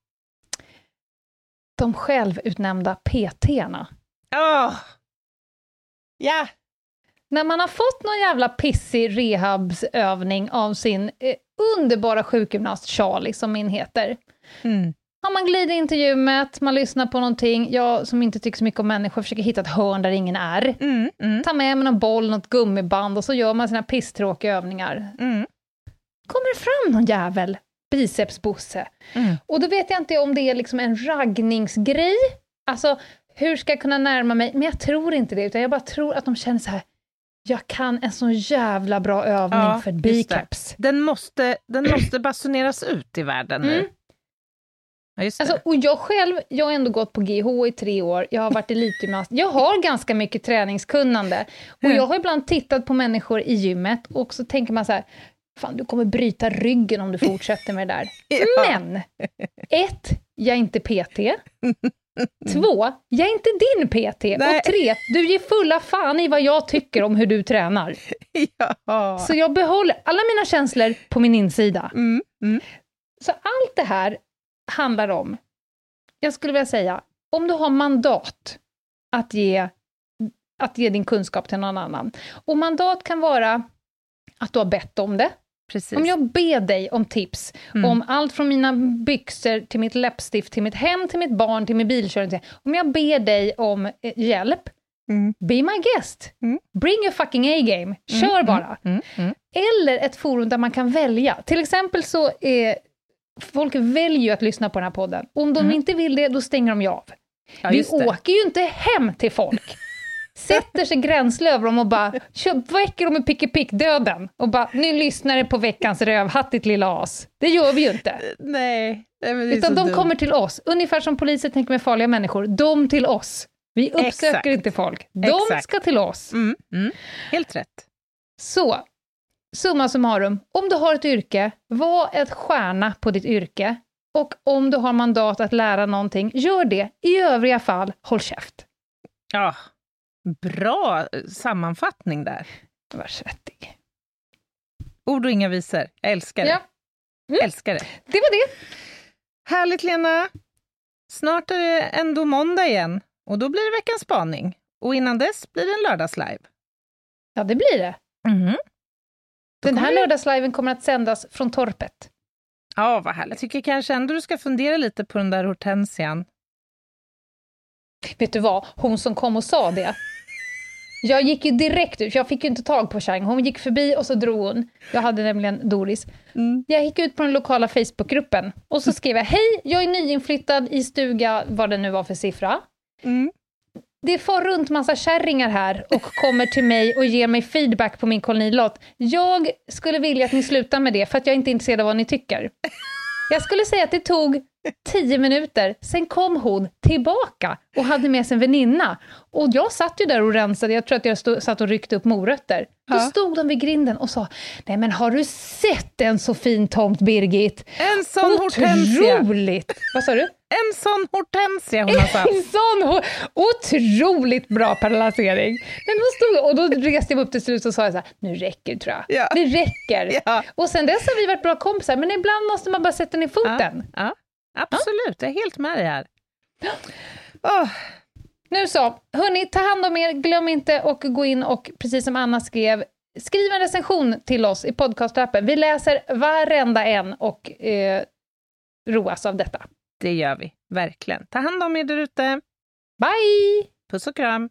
De självutnämnda P T-erna. Åh. Ja. När man har fått någon jävla pissig rehabsövning av sin eh, underbara sjukgymnast Charlie, som min heter. Mm. Ja, man glider in till gymmet, man lyssnar på någonting. Jag som inte tycker så mycket om människor försöker hitta ett hörn där ingen är. Mm. Mm. Ta med mig någon boll, något gummiband och så gör man sina pisstråkiga övningar. Mm. Kommer det fram någon jävel bicepsbosse. Mm. Och då vet jag inte om det är liksom en raggningsgrej. Alltså, hur ska jag kunna närma mig? Men jag tror inte det, utan jag bara tror att de känner så här, jag kan en så jävla bra övning Ja, för just biceps. Den måste, den måste basuneras ut i världen nu. Mm. Ja, just det. Alltså, och jag själv, jag har ändå gått på G H i tre år, jag har varit elitgymnast, jag har ganska mycket träningskunnande. Och Mm. jag har ibland tittat på människor i gymmet och så tänker man så här, fan du kommer bryta ryggen om du fortsätter med det där. Ja. Men, ett, jag är inte P T. Två, jag är inte din P T. Nej. Och tre, du ger fulla fan i vad jag tycker om hur du tränar. Ja. Så jag behåller alla mina känslor på min insida. Mm. Mm. Så allt det här handlar om, jag skulle vilja säga, om du har mandat att ge, att ge din kunskap till någon annan. Och mandat kan vara att du har bett om det. Precis. Om jag ber dig om tips Mm. om allt från mina byxor till mitt läppstift, till mitt hem, till mitt barn, till min bilkörning. till- Om jag ber dig om eh, hjälp, Mm. be my guest. Mm. Bring your fucking A-game. Kör Mm, bara. Mm. Mm. Eller ett forum där man kan välja. Till exempel så är folk väljer ju att lyssna på den här podden. Om de Mm. inte vill det, då stänger de ju av. Ja, Vi just det. åker ju inte hem till folk. Sätter sig gränsle över dem och bara kör, väcker dem i pick-i-pick-döden. Och bara, nu lyssnar det på veckans rövhatt, ditt lilla as. Det gör vi ju inte. Nej. Nej, men det är Utan så de dumt. kommer till oss. Ungefär som poliser tänker med farliga människor. De till oss. Vi uppsöker Exakt. inte folk. De Exakt. ska till oss. Mm. Mm. Helt rätt. Så, summa summarum. Om du har ett yrke, var ett stjärna på ditt yrke. Och om du har mandat att lära någonting, gör det. I övriga fall, håll käft. Ja. Bra sammanfattning där. Var svettig. Ord och inga visor. Jag älskar det. Ja, Mm. Älskar det. det var det. Härligt, Lena. Snart är det ändå måndag igen. Och då blir det veckans spaning. Och innan dess blir det en lördagslive. Ja, det blir det. Mhm. Den här kommer det- lördagsliven kommer att sändas från torpet. Ja, vad härligt. Jag tycker kanske ändå du ska fundera lite på den där hortensian. Vet du vad? Hon som kom och sa det. Jag gick ju direkt ut, jag fick ju inte tag på Chang. Hon gick förbi och så drog hon. Jag hade nämligen Doris. Mm. Jag gick ut på den lokala Facebookgruppen och så skrev jag, hej, jag är nyinflyttad i stuga, vad det nu var för siffra. Mm. Det får runt massa kärringar här och kommer till mig och ger mig feedback på min kolonilott. Jag skulle vilja att ni slutar med det för att jag är inte intresserad av vad ni tycker. Jag skulle säga att det tog tio minuter, sen kom hon tillbaka och hade med sig en väninna. Och jag satt ju där och rensade, jag tror att jag stod, satt och ryckte upp morötter. Då Ja. stod de vid grinden och sa, nej men har du sett en så fin tomt, Birgit? En sån hortensia. Otroligt! Vad sa du? En sån hortensia hon har satt. En sån ho- otroligt bra paralysering. Men då stod jag, och då reste jag upp till slut och sa jag så här, nu räcker det, tror jag. Ja. Det räcker. Ja. Och sen dess har vi varit bra kompisar, men ibland måste man bara sätta ner foten. Ja, absolut. Jag är helt med dig här. Åh, Nu så, hörni, ta hand om er, glöm inte och gå in och, precis som Anna skrev, skriv en recension till oss i podcastappen. Vi läser varenda en och eh, roas av detta. det gör vi. Verkligen. Ta hand om er där ute. Bye! Puss och kram.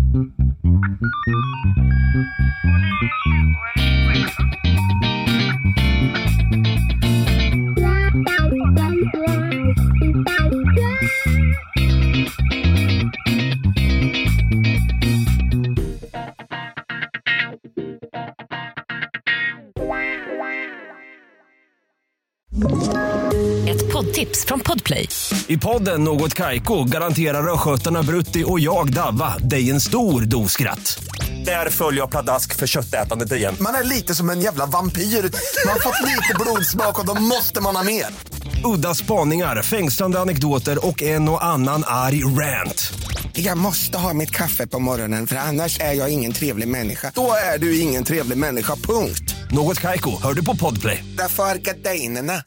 Ett poddtips från Podplay. I podden Något Kaiko garanterar östgötarna Brutti och jag Davva dig en stor dos skratt. Där följer jag pladask för köttätandet igen. Man är lite som en jävla vampyr. Man har fått lite blodsmak och då måste man ha mer. Udda spaningar, fängslande anekdoter och en och annan arg rant. Jag måste ha mitt kaffe på morgonen för annars är jag ingen trevlig människa. Då är du ingen trevlig människa, punkt. Något Kaiko, hör du på Podplay. Därför är gardinerna.